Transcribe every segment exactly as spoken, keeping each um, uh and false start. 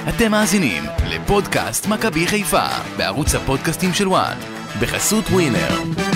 אתם מאזינים לפודקאסט מכבי חיפה בערוץ הפודקאסטים של וואן בחסות ווינר.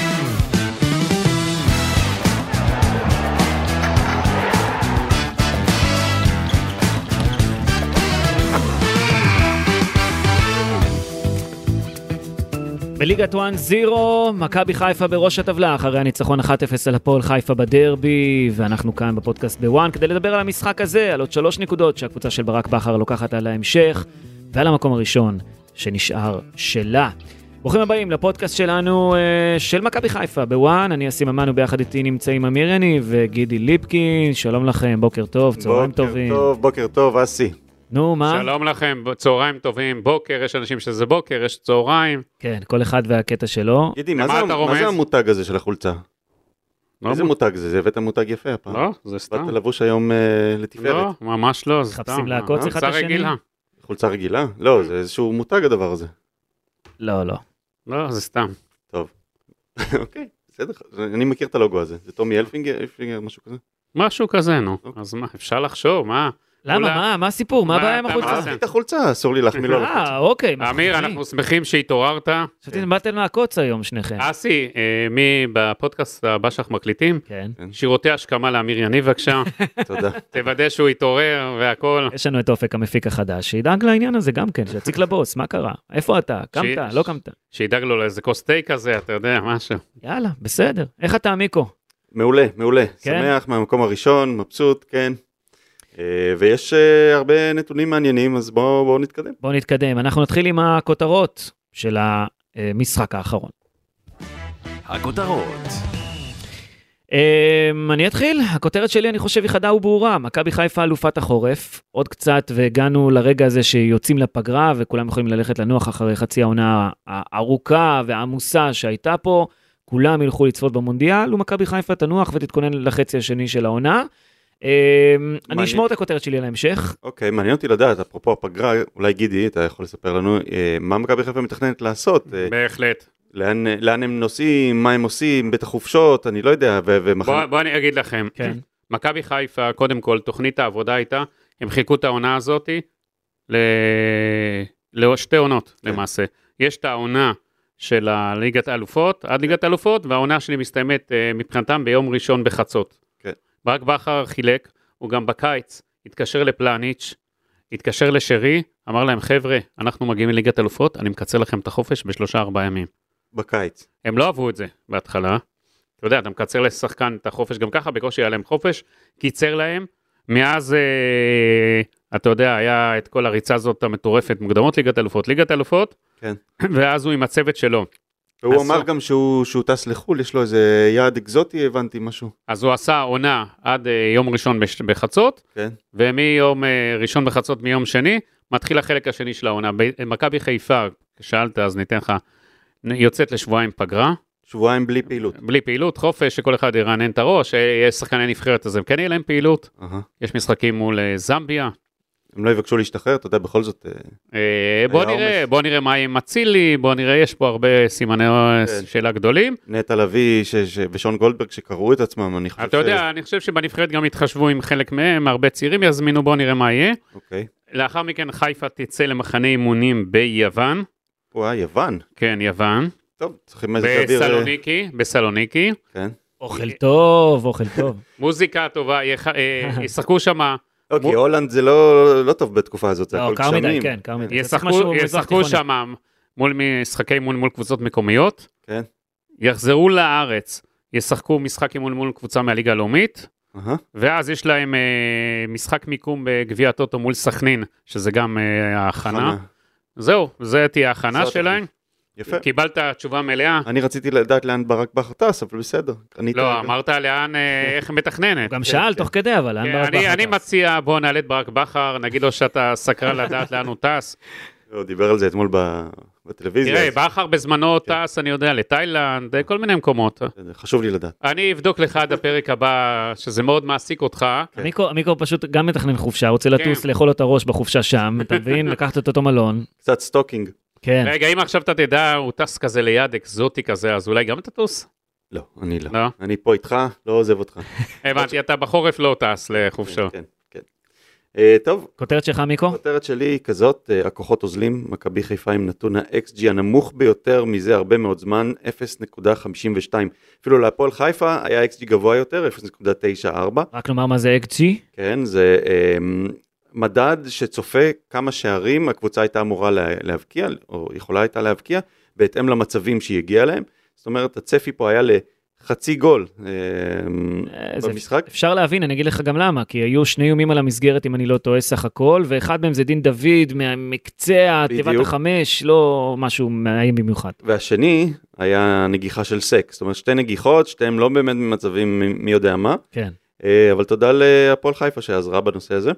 בליגת וואן זירו, מכבי חיפה בראש הטבלה, אחרי הניצחון אחת אפס על הפועל חיפה בדרבי, ואנחנו כאן בפודקאסט בוואן כדי לדבר על המשחק הזה, על עוד שלוש נקודות שהקבוצה של ברק בכר לוקחת על ההמשך, ועל המקום הראשון שנשאר שלה. ברוכים הבאים לפודקאסט שלנו של מכבי חיפה בוואן, אני אשים אמנו ביחד איתי נמצאים אמיר יניב וגידי ליפקין, שלום לכם, בוקר טוב, צהריים טובים. בוקר טוב, בוקר טוב, אסי. נו, מה? שלום לכם, צהריים טובים, בוקר, יש אנשים שזה בוקר, יש צהריים. כן, כל אחד והקטע שלו. גידי, מה זה המותג הזה של החולצה? איזה מותג זה? זה הבאת מותג יפה הפעם. לא, זה סתם. באת לבוש היום לתפארת. לא, ממש לא, זה סתם. חפשים לעקוץ אחד חולצה השני. רגילה. חולצה רגילה? לא, זה איזשהו מותג הדבר הזה. לא, לא. לא, זה סתם. טוב. אוקיי, בסדר. אני מכיר את הלוגו הזה. זה טומי אלפינגר, משהו כזה? משהו כזה, נו. אז מה, אפשר לחשוב, מה? למה? מה? מה הסיפור? מה הבעיה עם החולצה? עשיתי את החולצה, אסור לי להחמיא לו על החולצה. אה, אוקיי. אמיר, אנחנו שמחים שהתעוררת. חשבתי, באתם מהקוץ היום שניכם. אסי, מי בפודקאסט הבא שלך מקליטים? כן. שירותי השכמה לאמיר יניב, בבקשה. תודה. תוודא שהוא יתעורר והכל. יש לנו את אופק המפיק החדש, שידאג לעניין הזה גם כן, שיציק לבוס, מה קרה? איפה אתה? קמת? לא קמת? שידאג לו לאיזה כוס תה כזה, אתה יודע, משהו. יאללה, בסדר. איך אתה, מיקו? מעולה, מעולה. שמח מהמקום הראשון, מבסוט, כן. ויש הרבה נתונים מעניינים, אז בואו בוא נתקדם. בואו נתקדם. אנחנו נתחיל עם הכותרות של המשחק האחרון. הכותרות. אני אתחיל. הכותרת שלי, אני חושב, היא חדה וברורה. מכבי חיפה אלופת החורף. עוד קצת, והגענו לרגע הזה שיוצאים לפגרה, וכולם יכולים ללכת לנוח אחרי חצי העונה הארוכה והעמוסה שהייתה פה. כולם ילכו לצפות במונדיאל, ומכבי חיפה תנוח ותתכונן לחצי השני של העונה. אני אשמור את הכותרת שלי על ההמשך. אוקיי, מעניין אותי לדעת, אפרופו הפגרה, אולי גידי, אתה יכול לספר לנו, מה מכבי חיפה מתכננת לעשות? בהחלט. לאן הם נוסעים, מה הם עושים, בית החופשות, אני לא יודע. בוא אני אגיד לכם, מכבי חיפה, קודם כל, תוכנית העבודה הייתה, הם חילקו את העונה הזאת לשתי עונות למעשה. יש את העונה של ליגת האלופות, עד ליגת האלופות, והעונה שלי מסתיימת מבחינתם ביום ראשון בחצות. ברק בכר חילק, הוא גם בקיץ התקשר לפלניץ', התקשר לשרי, אמר להם, חבר'ה, אנחנו מגיעים לליגת אלופות, אני מקצר לכם את החופש בשלושה ארבעה ימים. בקיץ. הם לא אהבו את זה בהתחלה. אתה יודע, אתה מקצר לשחקן את החופש, גם ככה בקושי היה להם חופש, קיצר להם, מאז, אה, אתה יודע, היה את כל הריצה הזאת המטורפת, מוקדמות ליגת אלופות, ליגת אלופות, כן. ואז הוא עם הצוות שלו. והוא אמר גם שהוא, שהוא טס לחול, יש לו איזה יעד אקזוטי, הבנתי משהו. אז הוא עשה עונה עד יום ראשון בחצות, כן. ומיום ראשון בחצות מיום שני, מתחיל החלק השני של העונה. מכבי חיפה, שאלת, אז ניתן לך, יוצאת לשבועיים פגרה. שבועיים בלי פעילות. בלי פעילות, חופש, שכל אחד ירענן את הראש, יש שחקני נבחרת, אז הם כן יהיה להם פעילות. Uh-huh. יש משחקים מול זמביה. הם לא יבקשו להשתחרר, אתה יודע, בכל זאת... בוא נראה, בוא נראה מה עם מצילי, בוא נראה, יש פה הרבה סימני שאלה גדולים. נטע לביא ושון גולדברג שקראו את עצמם, אני חושב... אתה יודע, אני חושב שבנבחרת גם התחשבו עם חלק מהם, הרבה צעירים יזמינו, בוא נראה מה יהיה. אוקיי. לאחר מכן חיפה תצא למחנה אימונים ביוון. וואה, יוון? כן, יוון. טוב, צריכים איזה אוויר... בסלוניקי, בסלוניקי. כן. אוכל טוב, אוכל טוב. מוזיקה טובה, ישחקו שמה... אוקיי, הולנד זה לא טוב בתקופה הזאת, זה הכל גשמים. כן, קר מדי. ישחקו שם מול משחקי מול מול קבוצות מקומיות, כן. יחזרו לארץ, ישחקו משחק מול מול קבוצה מהליגה הלאומית, ואז יש להם משחק מיקום בגביע הטוטו מול סכנין, שזה גם ההכנה. זהו, זה תהיה ההכנה שלהם. יפה. קיבלת תשובה מלאה. אני רציתי לדעת לאן ברק בכר טס, אבל בסדר. לא, אמרת לאן, איך מתכננת. גם שאל תוך כדי, אבל לאן ברק בכר טס. אני מציע, בוא נעלה את ברק בכר, נגיד לו שאתה סקרן לדעת לאן הוא טס. הוא דיבר על זה אתמול בטלוויזיה. תראה, בכר בזמנו טס, אני יודע, לתאילנד, כל מיני מקומות. חשוב לי לדעת. אני אבדוק לך עד הפרק הבא, שזה מאוד מעסיק אותך. מיקרו פשוט גם מתכנן חופשה, רוצה לטוס, לאכול את הראש בחופשה שם, אתה מבין? לקחת את אותו מלון. קצת סטוקינג. כן. רגע, אם עכשיו אתה תדע, הוא טס כזה ליד אקזוטי כזה, אז אולי גם אתה טוס? לא, אני לא. לא? אני פה איתך, לא עוזב אותך. הבנתי, אתה בחורף לא טס לחופשות. כן, כן. טוב. כותרת שלך, מיקו? כותרת שלי היא כזאת, הכוחות עוזלים, מכבי חיפה עם נתון ה-אקס ג'י הנמוך ביותר מזה הרבה מאוד זמן, אפס נקודה חמישים ושתיים. אפילו להפועל חיפה היה אקס ג'י גבוה יותר, אפס נקודה תשעים וארבע. רק לומר מה זה אקס ג'י? כן, זה אה, מדד שצופה כמה שערים הקבוצה הייתה אמורה לה, להבקיע, או יכולה הייתה להבקיע, בהתאם למצבים שהיא הגיעה להם. זאת אומרת, הצפי פה היה לחצי גול אה, במשחק. אפשר להבין, אני אגיד לך גם למה, כי היו שני איומים על המסגרת, אם אני לא טועה סך הכל, ואחד מהם זה דין דוד, מקצה תיבת החמש, לא משהו מאיים במיוחד. והשני היה נגיחה של סק, זאת אומרת, שתי נגיחות, שתיהם לא באמת במצבים מי יודע מה. כן. אבל תודה להפועל חיפה שעזרה בנושא הזה.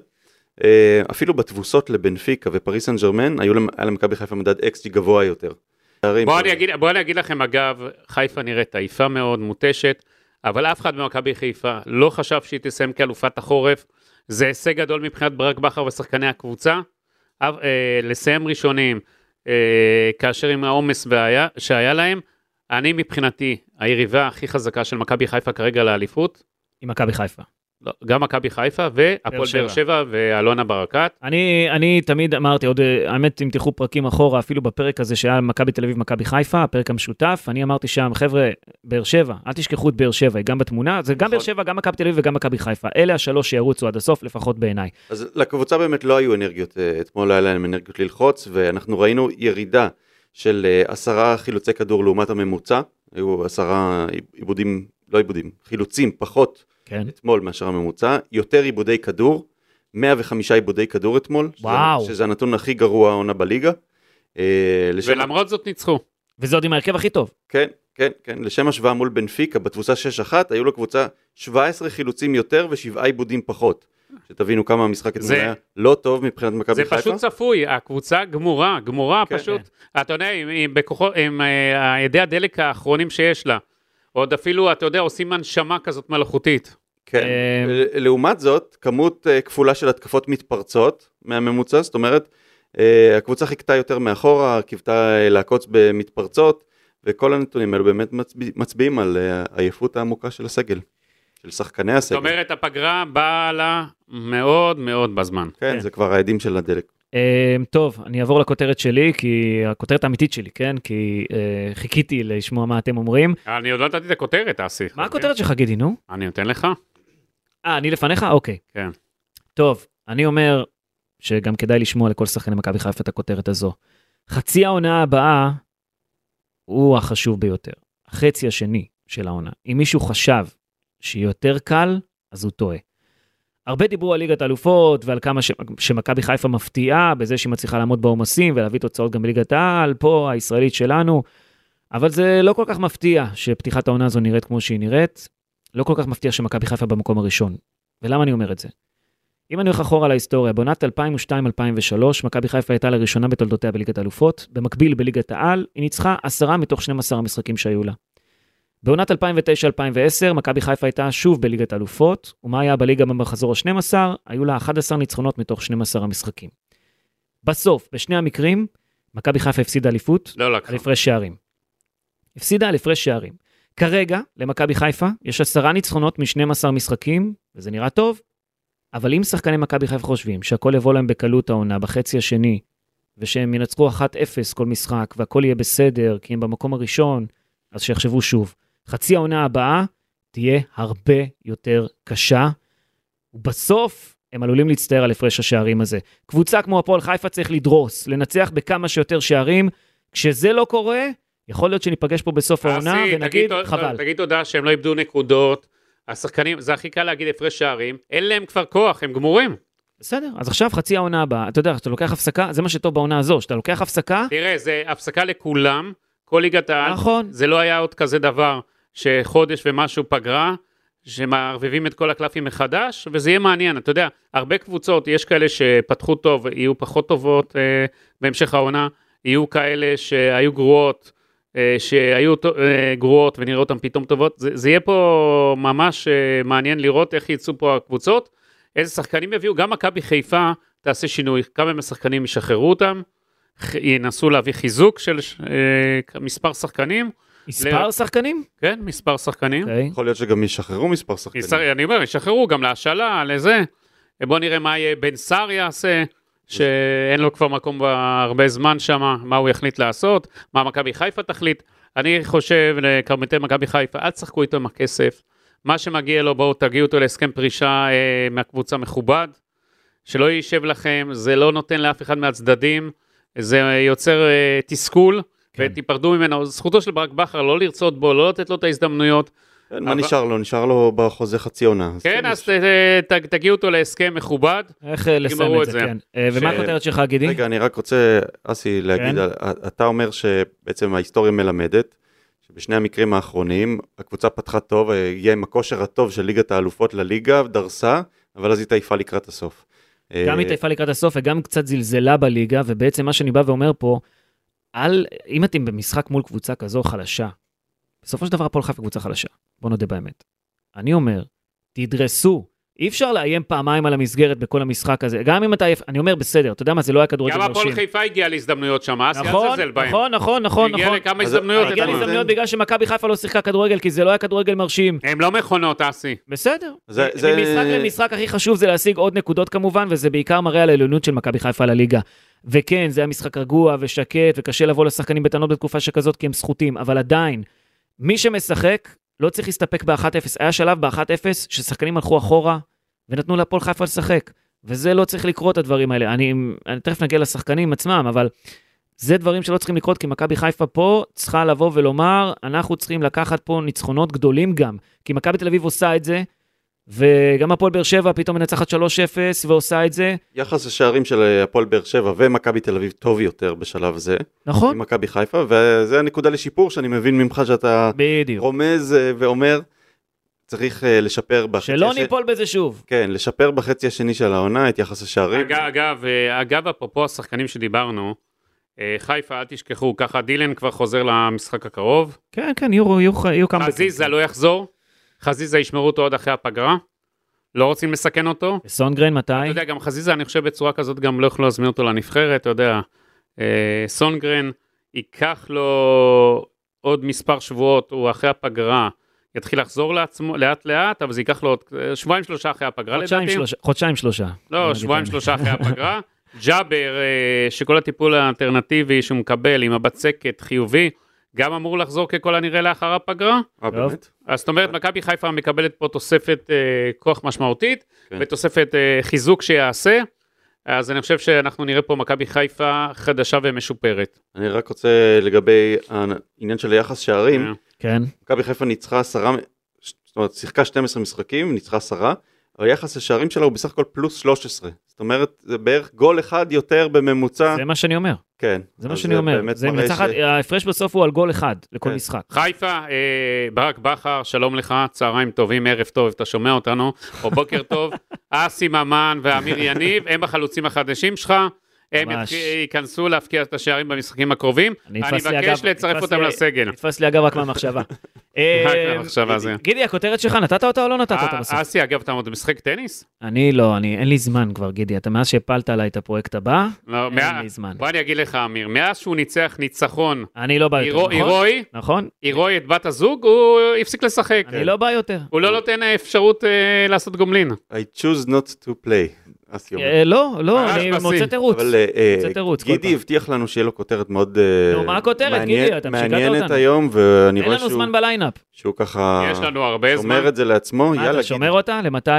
אפילו בתבוסות לבנפיקה ופריס סן ז'רמן, היה למכבי חיפה מדד אקס ג'י גבוה יותר. בואו אני אגיד, בוא אני אגיד לכם, אגב, חיפה נראית עייפה מאוד, מותשת, אבל אף אחד במכבי חיפה לא חשב שהיא תסיים כאלופת החורף. זה הישג גדול מבחינת ברק בכר ושחקני הקבוצה. אה, לסיים ראשונים, אה, כאשר עם העומס והיה, שהיה להם, אני מבחינתי, היריבה הכי חזקה של מכבי חיפה כרגע לאליפות. עם מכבי חיפה. לא, גם מכבי חיפה והפועל באר שבע ואלונה ברקת. אני, אני תמיד אמרתי, עוד, האמת, אם תלכו פרקים אחורה, אפילו בפרק הזה שהיה מכבי תל אביב, מכבי חיפה, הפרק המשותף, אני אמרתי שם, חבר'ה, באר שבע, אל תשכחו את באר שבע, היא גם בתמונה, זה גם באר שבע, גם מכבי תל אביב וגם מכבי חיפה. אלה השלוש שירוצו עד הסוף, לפחות בעיניי. אז לקבוצה באמת לא היו אנרגיות, אתמול לא היה להם אנרגיות ללחוץ, ואנחנו ראינו ירידה של עשרה חילוצי כדור לעומת הממוצע, היו עשרה עיבודים, לא עיבודים, חילוצים פחות כן. אתמול מאשר הממוצע, יותר עיבודי כדור, מאה וחמישה עיבודי כדור אתמול, וואו. שזה, שזה הנתון הכי גרוע העונה בליגה. ולמרות זאת ניצחו. וזה עוד עם ההרכב הכי טוב. כן, כן, כן, לשם השוואה מול בנפיקה, בתבוסה שש אחת, היו לו קבוצה שבעה עשר חילוצים יותר ושבעה עיבודים פחות. שתבינו כמה המשחק אתמול היה לא טוב מבחינת מכבי חיפה. זה פשוט צפוי, הקבוצה גמורה, גמורה כן, פשוט. כן. אתה יודע, עם, עם, בכוחות, עם uh, ידי הדלק האחרונים שיש לה, עוד אפילו, אתה יודע, עושים הנשמה כזאת מלאכותית. כן, לעומת זאת, כמות כפולה של התקפות מתפרצות מהממוצע, זאת אומרת, הקבוצה חיכתה יותר מאחורה, קיוותה לעקוץ במתפרצות, וכל הנתונים האלו באמת מצביעים על העייפות העמוקה של הסגל, של שחקני הסגל. זאת אומרת, הפגרה באה לה מאוד מאוד בזמן. כן, זה כבר העדים של הדלק. טוב, אני אעבור לכותרת שלי, כי הכותרת האמיתית שלי, כן? כי חיכיתי לשמוע מה אתם אומרים. אני עוד לא נתתי את הכותרת, אסי. מה הכותרת שלך, גידי, נו? אני נותן לך. אה, אני לפניך? אוקיי. כן. טוב, אני אומר שגם כדאי לשמוע לכל שחקני מכבי חיפה את הכותרת הזו. חצי העונה הבאה הוא החשוב ביותר. החצי השני של העונה. אם מישהו חשב שיהיה יותר קל, אז הוא טועה. הרבה דיברו על ליגת האלופות, ועל כמה ש... שמכבי חיפה מפתיעה, בזה שהיא מצליחה לעמוד בעומסים, ולהביא תוצאות גם בליגת העל, פה הישראלית שלנו, אבל זה לא כל כך מפתיע, שפתיחת העונה הזו נראית כמו שהיא נראית, לא כל כך מפתיע שמכבי חיפה במקום הראשון. ולמה אני אומר את זה? אם אני הולך אחורה להיסטוריה, בעונת אלפיים ושתיים אלפיים ושלוש, מכבי חיפה הייתה לראשונה בתולדותיה בליגת האלופות, במקביל בליגת העל, היא ניצחה עשרה מתוך שנים עשר המשחקים שהיו לה. בעונת אלפיים ותשע אלפיים ועשר, מכבי חיפה הייתה שוב בליגת האלופות, ומה היה בליגה במחזור ה-שנים עשר? היו לה אחד עשר ניצחונות מתוך שנים עשר המשחקים. בסוף, בשני המקרים, מכבי חיפה הפסידה אליפות, לא על הפרש שערים. הפסידה על הפרש שערים. כרגע, למכבי חיפה, יש עשרה ניצחונות מ-שנים עשר משחקים, וזה נראה טוב, אבל אם שחקני מכבי חיפה חושבים שהכל יבוא להם בקלות העונה בחצי השני, ושהם ינצחו אחת אפס כל משחק, והכל יהיה בסדר, כי הם במקום הראשון, אז שיחשבו שוב. חצי העונה הבאה תהיה הרבה יותר קשה, ובסוף הם עלולים להצטער על הפרש השערים הזה. קבוצה כמו הפועל חיפה צריך לדרוס, לנצח בכמה שיותר שערים, כשזה לא קורה, יכול להיות שניפגש פה בסוף העונה, ונגיד חבל. תגיד תודה שהם לא איבדו נקודות, השחקנים, זה הכי קל להגיד הפרש שערים, אין להם כבר כוח, הם גמורים. בסדר, אז עכשיו חצי העונה הבאה, אתה יודע, אתה לוקח הפסקה, זה מה שטוב בעונה הזו, שאתה לוקח הפסקה. תראה, זה הפסקה לכולם, כל ליגת העל, נכון. זה לא היה עוד כזה דבר, שחודש ומשהו פגרה, שמערבבים את כל הקלפים מחדש, וזה יהיה מעניין, אתה יודע, הרבה קבוצות, יש כאלה שפתחו טוב, יהיו פחות טובות אה, בהמשך העונה, יהיו כאלה שהיו גרועות, אה, שהיו אה, גרועות ונראה אותם פתאום טובות, זה, זה יהיה פה ממש אה, מעניין לראות איך יצאו פה הקבוצות, איזה שחקנים יביאו, גם מכבי חיפה תעשה שינוי, כמה מהשחקנים ישחררו אותם, ינסו להביא חיזוק של אה, מספר שחקנים, מספר ל... שחקנים? כן, מספר שחקנים. Okay. יכול להיות שגם ישחררו מספר שחקנים. אני אומר, ישחררו גם להשאלה, לזה. בוא נראה מה יהיה בן סער יעשה, שאין לו כבר מקום בהרבה זמן שם, מה הוא יחליט לעשות, מה מכבי חיפה תחליט. אני חושב, לקרמטי מכבי חיפה, אל תשחקו איתו עם הכסף, מה שמגיע לו, בואו תגיעו אותו להסכם פרישה אה, מהקבוצה מכובד, שלא יישב לכם, זה לא נותן לאף אחד מהצדדים, זה יוצר אה, תסכול, כן. ותיפרדו ממנו. זכותו של ברק בכר לא לרצות בו, לא לתת לו את ההזדמנויות. כן, מה נשאר לו? נשאר לו בחוזה חצי עונה. כן, אז תגיעו אותו להסכם מכובד. איך לסיים את זה, כן. ומה הכותרת שלך, גידי? רגע, אני רק רוצה, אסי, להגיד, אתה אומר שבעצם ההיסטוריה מלמדת, שבשני המקרים האחרונים, הקבוצה פתחה טוב, הגיעה עם הכושר הטוב של ליגת האלופות לליגה, דרסה, אבל אז היא תעיפה לקראת הסוף. גם היא תעיפה לקראת הסוף, וגם קצת זלזלה בליגה, ובעצם מה שאני בא ואומר פה, על, אם אתם במשחק מול קבוצה כזו חלשה, בסופו של דבר הפועל חיפה קבוצה חלשה, בוא נודה באמת. אני אומר, תדרסו, אי אפשר לאיים פעמיים על המסגרת בכל המשחק הזה, גם אם אתה, אני אומר בסדר, אתה יודע מה, זה לא היה כדורגל מרשים. גם הפועל חיפה הגיע להזדמנויות שם, אסי, נכון, אל תזלזל בהם. נכון, נכון, נכון, הגיע נכון. לכמה הזדמנויות. הגיע להזדמנויות בגלל שמכבי חיפה לא שיחקה כדורגל, כי זה לא היה כדורגל מרשים. הם לא מכונות, אסי. בסדר. זה, זה... ממשחק למשחק הכי חשוב זה להשיג עוד נקודות כמובן, וזה בעיקר מראה על העליונות של מכבי חיפה לליגה. וכן, זה היה משחק רגוע ושקט, וקשה לבוא לשחקנים בטענות בתקופה שכזאת, כי הם זכותים, אבל עדיין, מי שמשחק לא צריך להסתפק ב-אחת אפס. היה שלב ב-אחת אפס ששחקנים הלכו אחורה ונתנו להפועל חיפה לשחק. וזה לא צריך לקרות הדברים האלה. אני, אני תכף נגיע לשחקנים עצמם, אבל זה דברים שלא צריכים לקרות, כי מכבי חיפה פה צריכה לבוא ולומר, אנחנו צריכים לקחת פה ניצחונות גדולים גם, כי מכבי תל אביב עושה את זה, וגם הפועל באר שבע פתאום מנצחת שלוש אפס ועושה את זה. יחס השערים של הפועל באר שבע ומכבי תל אביב טוב יותר בשלב זה. נכון. עם מכבי חיפה, וזה הנקודה לשיפור שאני מבין ממך שאתה בדיוק. רומז ואומר, צריך לשפר בחצי... שלא ניפול בזה שוב. כן, לשפר בחצי השני של העונה את יחס השערים. אגב, אגב, אגב, אפרופו השחקנים שדיברנו, חיפה, אל תשכחו, ככה דילן כבר חוזר למשחק הקרוב. כן, כן, יהיו, יהיו, יהיו כמה... חזיזה לא יחזור. חזיזה ישמרו אותו עוד אחרי הפגרה, לא רוצים לסכן אותו. סונגרן מתי? אתה יודע, גם חזיזה, אני חושב בצורה כזאת גם לא יכולו להזמין אותו לנבחרת, אתה יודע, סונגרן ייקח לו עוד מספר שבועות, הוא אחרי הפגרה, יתחיל לחזור לעצמו לאט לאט, אבל זה ייקח לו עוד שבועיים שלושה אחרי הפגרה לדעתי. חודשיים שלושה. לא, שבועיים שלושה אחרי הפגרה. ג'אבר, שכל הטיפול האלטרנטיבי שהוא מקבל עם הבצקת חיובי, גם אמור לחזור ככל הנראה לאחר הפגרה. אה, באמת? אז זאת אומרת, מכבי חיפה מקבלת פה תוספת אה, כוח משמעותית, כן. ותוספת אה, חיזוק שיעשה, אז אני חושב שאנחנו נראה פה מכבי חיפה חדשה ומשופרת. אני רק רוצה לגבי העניין של היחס שערים, כן. מכבי חיפה ניצחה עשרה, זאת אומרת, שיחקה שנים עשר משחקים, ניצחה עשרה, אבל היחס השערים שלה הוא בסך הכל פלוס שלוש עשרה. זאת אומרת, זה בערך גול אחד יותר בממוצע. זה מה שאני אומר. כן. זה מה שאני אומר. זה מנצחת, ההפרש בסוף הוא על גול אחד לכל משחק. חיפה, ברק בכר, שלום לך, צהריים טובים, ערב טוב, אתה שומע אותנו, או בוקר טוב, אסי ממן ואמיר יניב, הם החלוצים החדשים שלך, הם ייכנסו להפקיע את השערים במשחקים הקרובים, אני מבקש לצרף אותם לסגל. נתפס לי אגב רק מהמחשבה. גידי, הכותרת שלך, נתת אותה או לא נתת אותה בסוף? אסי, אגב, אתה משחק טניס? אני לא, אין לי זמן כבר, גידי. אתה מאז שהפלת עליי את הפרויקט הבא, אין לי זמן. בוא אני אגיד לך, אמיר, מאז שהוא ניצח ניצחון, אני לא בא יותר, הירואי, נכון? הירואי את בת הזוג, הוא הפסיק לשחק. אני לא בא יותר. הוא לא נותן אפשרות לעשות גומלין. I choose not to play. לא, לא, אני מוצא תירוץ. אבל גידי הבטיח לנו שיהיה לו כותרת מאוד מה הכותרת, גידי? אתה משגעת אותנו. מעניינת היום, ואני רואה אין לנו זמן בליינאפ. שהוא ככה יש לנו הרבה זמן. שומר את זה לעצמו. מה, אתה שומר אותה? למתי?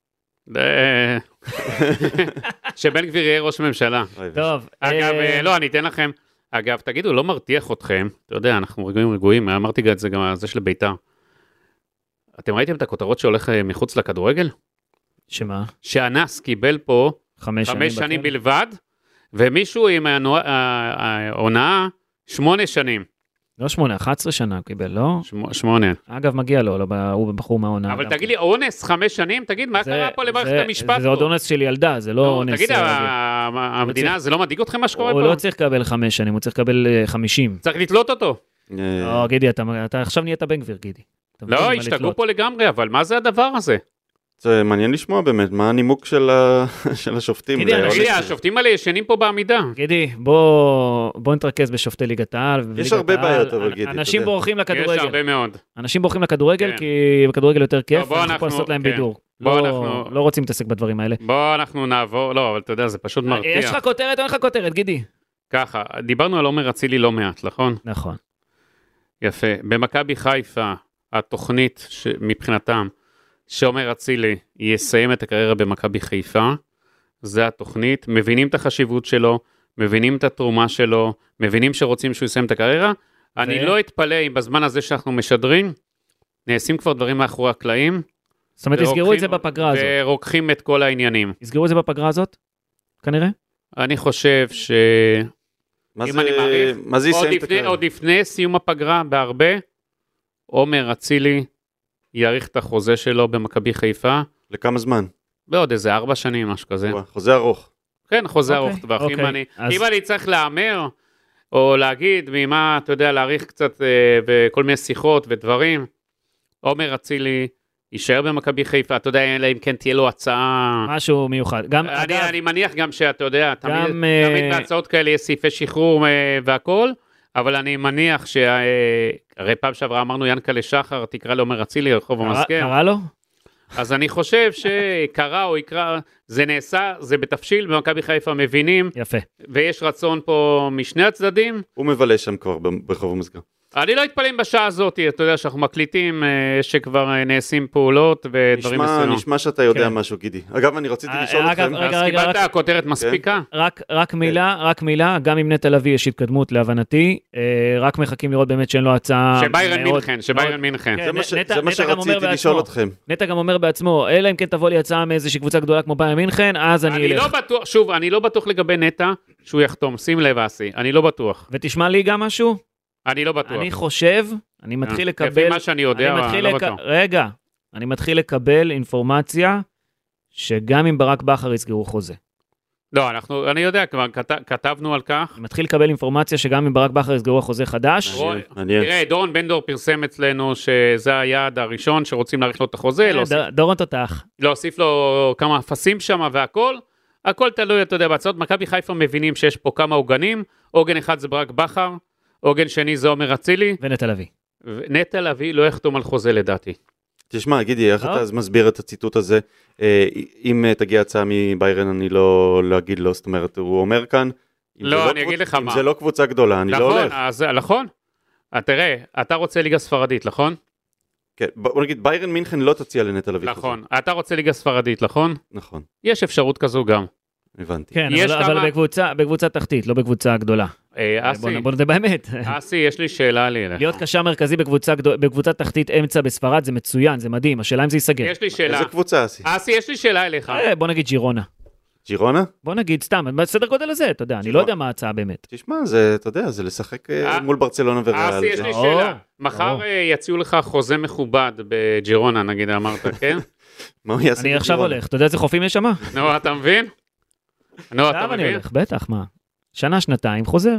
שבן גביר יהיה ראש ממשלה. טוב. אגב, לא, אני אתן לכם. אגב, תגידו, לא מרתיח אתכם. אתה יודע, אנחנו רגועים רגועים. אמרתי את זה גם על זה של ביתר. אתם ראיתם את הכותרות שהולך מחוץ לכדורגל? שמה? שאנס קיבל פה חמש, חמש שנים, שנים בלבד, ומישהו עם ההונאה שמונה שנים. לא שמונה, אחת עשרה שנה קיבל, לא? שמונה. אגב, מגיע לו, לא, הוא בחור מההונאה. אבל תגיד לי, אונס חמש שנים? תגיד, מה קרה פה למערכת המשפט? זה עוד אונס של ילדה, זה לא אונס. תגיד, המדינה, זה לא מדאיג אתכם מה שקורה פה? הוא לא צריך לקבל חמש שנים, הוא צריך לקבל חמישים. צריך לתלות אותו. לא, גידי, אתה עכשיו נהיית בן גביר, גידי. לא, השתגעו פה לגמרי, אבל מה זה הדבר הזה? זה מעניין לשמוע באמת, מה הנימוק של השופטים. גידי, השופטים האלה ישנים פה בעמידה. גידי, בוא נתרכז בשופטי ליגת העל. יש הרבה בעיות, אבל גידי. אנשים בורחים לכדורגל. יש הרבה מאוד. אנשים בורחים לכדורגל, כי בכדורגל יותר כיף, אנחנו פה לעשות להם בידור. לא רוצים להתעסק בדברים האלה. בוא אנחנו נעבור, לא, אבל אתה יודע, זה פשוט מרתיע. יש לך כותרת או אין לך כותרת, גידי? ככה, דיברנו על עומר אצילי לא מעט, נכון? נכון. יפה. במכבי חיפה, התוכנית מבחינתם, שעומר אצילי יסיים את הקריירה במכבי חיפה, זה התוכנית, מבינים את החשיבות שלו, מבינים את התרומה שלו, מבינים שרוצים שהוא יסיים את הקריירה, ו... אני לא אתפלא אם בזמן הזה שאנחנו משדרים, נעשים כבר דברים מאחורי הקלעים, זאת אומרת, יסגרו את זה בפגרה הזאת. ורוקחים את כל העניינים. יסגרו את זה בפגרה הזאת, כנראה? אני חושב ש... מה זה, מעריך, מה זה יסיים את הקריירה? עוד לפני סיום הפגרה, בהרבה, עומר אצילי, יאריך את החוזה שלו במכבי חיפה. לכמה זמן? בעוד איזה ארבע שנים, משהו כזה. חוזה ארוך. כן, חוזה ארוך. אם אני צריך לאמר, או להגיד, ממה, אתה יודע, להאריך קצת בכל מיני שיחות ודברים, עומר אצילי יישאר במכבי חיפה, אתה יודע, אלא אם כן תהיה לו הצעה... משהו מיוחד. אני מניח גם שאתה יודע, תמיד בהצעות כאלה יש סעיפי שחרור והכל, אבל אני מניח ש... הרי פעם שעברה אמרנו ינקלה שחר, תקרא לעומר אצילי רחוב המסגר. קרא לו? אז אני חושב שקרא או יקרא, זה נעשה, זה בתפשיל, במכבי חיפה מבינים. יפה. ויש רצון פה משני הצדדים. הוא מבלה שם כבר ברחוב המסגר. אני לא אתפלאים בשעה הזאת, אתה יודע שאנחנו מקליטים, שכבר נעשים פעולות ודברים מסוימים. נשמע שאתה יודע משהו, גידי. אגב, אני רציתי לשאול אתכם. אז קיבלת הכותרת מספיקה? רק מילה, רק מילה, גם עם נטע לביא יש התקדמות להבנתי, רק מחכים לראות באמת שאין לו הצעה... שביירן מינכן, שביירן מינכן. זה מה שרציתי לשאול אתכם. נטע גם אומר בעצמו, אלא אם כן תבוא לי הצעה מאיזושהי קבוצה גדולה כמו ביירן מינכן, אז אני אלך. שוב, אני לא בטוח לגבי נטע שהוא יחתום, שים לב אסי, אני לא בטוח. ותשמע לי גם משהו? אני לא בטוח. אני חושב, אני מתחיל לקבל... לפי מה שאני יודע, אני לא בטוח. רגע, אני מתחיל לקבל אינפורמציה שגם אם ברק בכר יסגרו חוזה. לא, אנחנו, אני יודע, כבר כתבנו על כך. אני מתחיל לקבל אינפורמציה שגם אם ברק בכר יסגרו חוזה חדש. תראה, דורון בן דור פרסם אצלנו שזה היעד הראשון שרוצים להאריך לו את החוזה. דורון תותח. להוסיף לו כמה אפסים שם והכל. הכל תלוי, אתה יודע, בהצעות מכבי חיפה מבינים שיש פה כמה עוגנים. עוגן אחד זה ברק בכר. עוגן שני זה עומר אצילי. ונטע לביא. נטע לביא לא יחתום על חוזה לדעתי. תשמע, גידי, איך אתה מסביר את הציטוט הזה? אם תגיע הצעה מביירן, אני לא אגיד לו, זאת אומרת, הוא אומר כאן, לא, אני אגיד לך מה. אם זה לא קבוצה גדולה, אני לא הולך. נכון, תראה, אתה רוצה ליגה ספרדית, נכון? כן, בוא נגיד, ביירן מינכן לא תציע לנטע לביא. נכון, אתה רוצה ליגה ספרדית, נכון? נכון. יש אפשרות כזו גם. הבנתי. כן, אבל בקבוצה תחתית, לא בקבוצה גדולה. אסי, בוא נדע באמת. אסי, יש לי שאלה לי אליך. להיות קשר מרכזי בקבוצה תחתית אמצע בספרד, זה מצוין, זה מדהים, השאלה אם זה ייסגר. יש לי שאלה. איזה קבוצה, אסי? אסי, יש לי שאלה אליך. בוא נגיד ג'ירונה. ג'ירונה? בוא נגיד סתם, בסדר גודל הזה, אתה יודע, אני לא יודע מה ההצעה באמת. תשמע, זה, אתה יודע, זה לשחק מול ברצלונה וריאל. אסי, יש לי שאלה. מחר יציעו לך חוזה מכובד בג'ירונה, נגיד, אמרת, כן? מה הוא יעשה? אני עכשיו הולך, אתה יודע איזה חופים יש שם? נו, אתה מבין? נו, אתה מבין? אני הולך, בטח, מה? שנה, שנתיים, חוזר.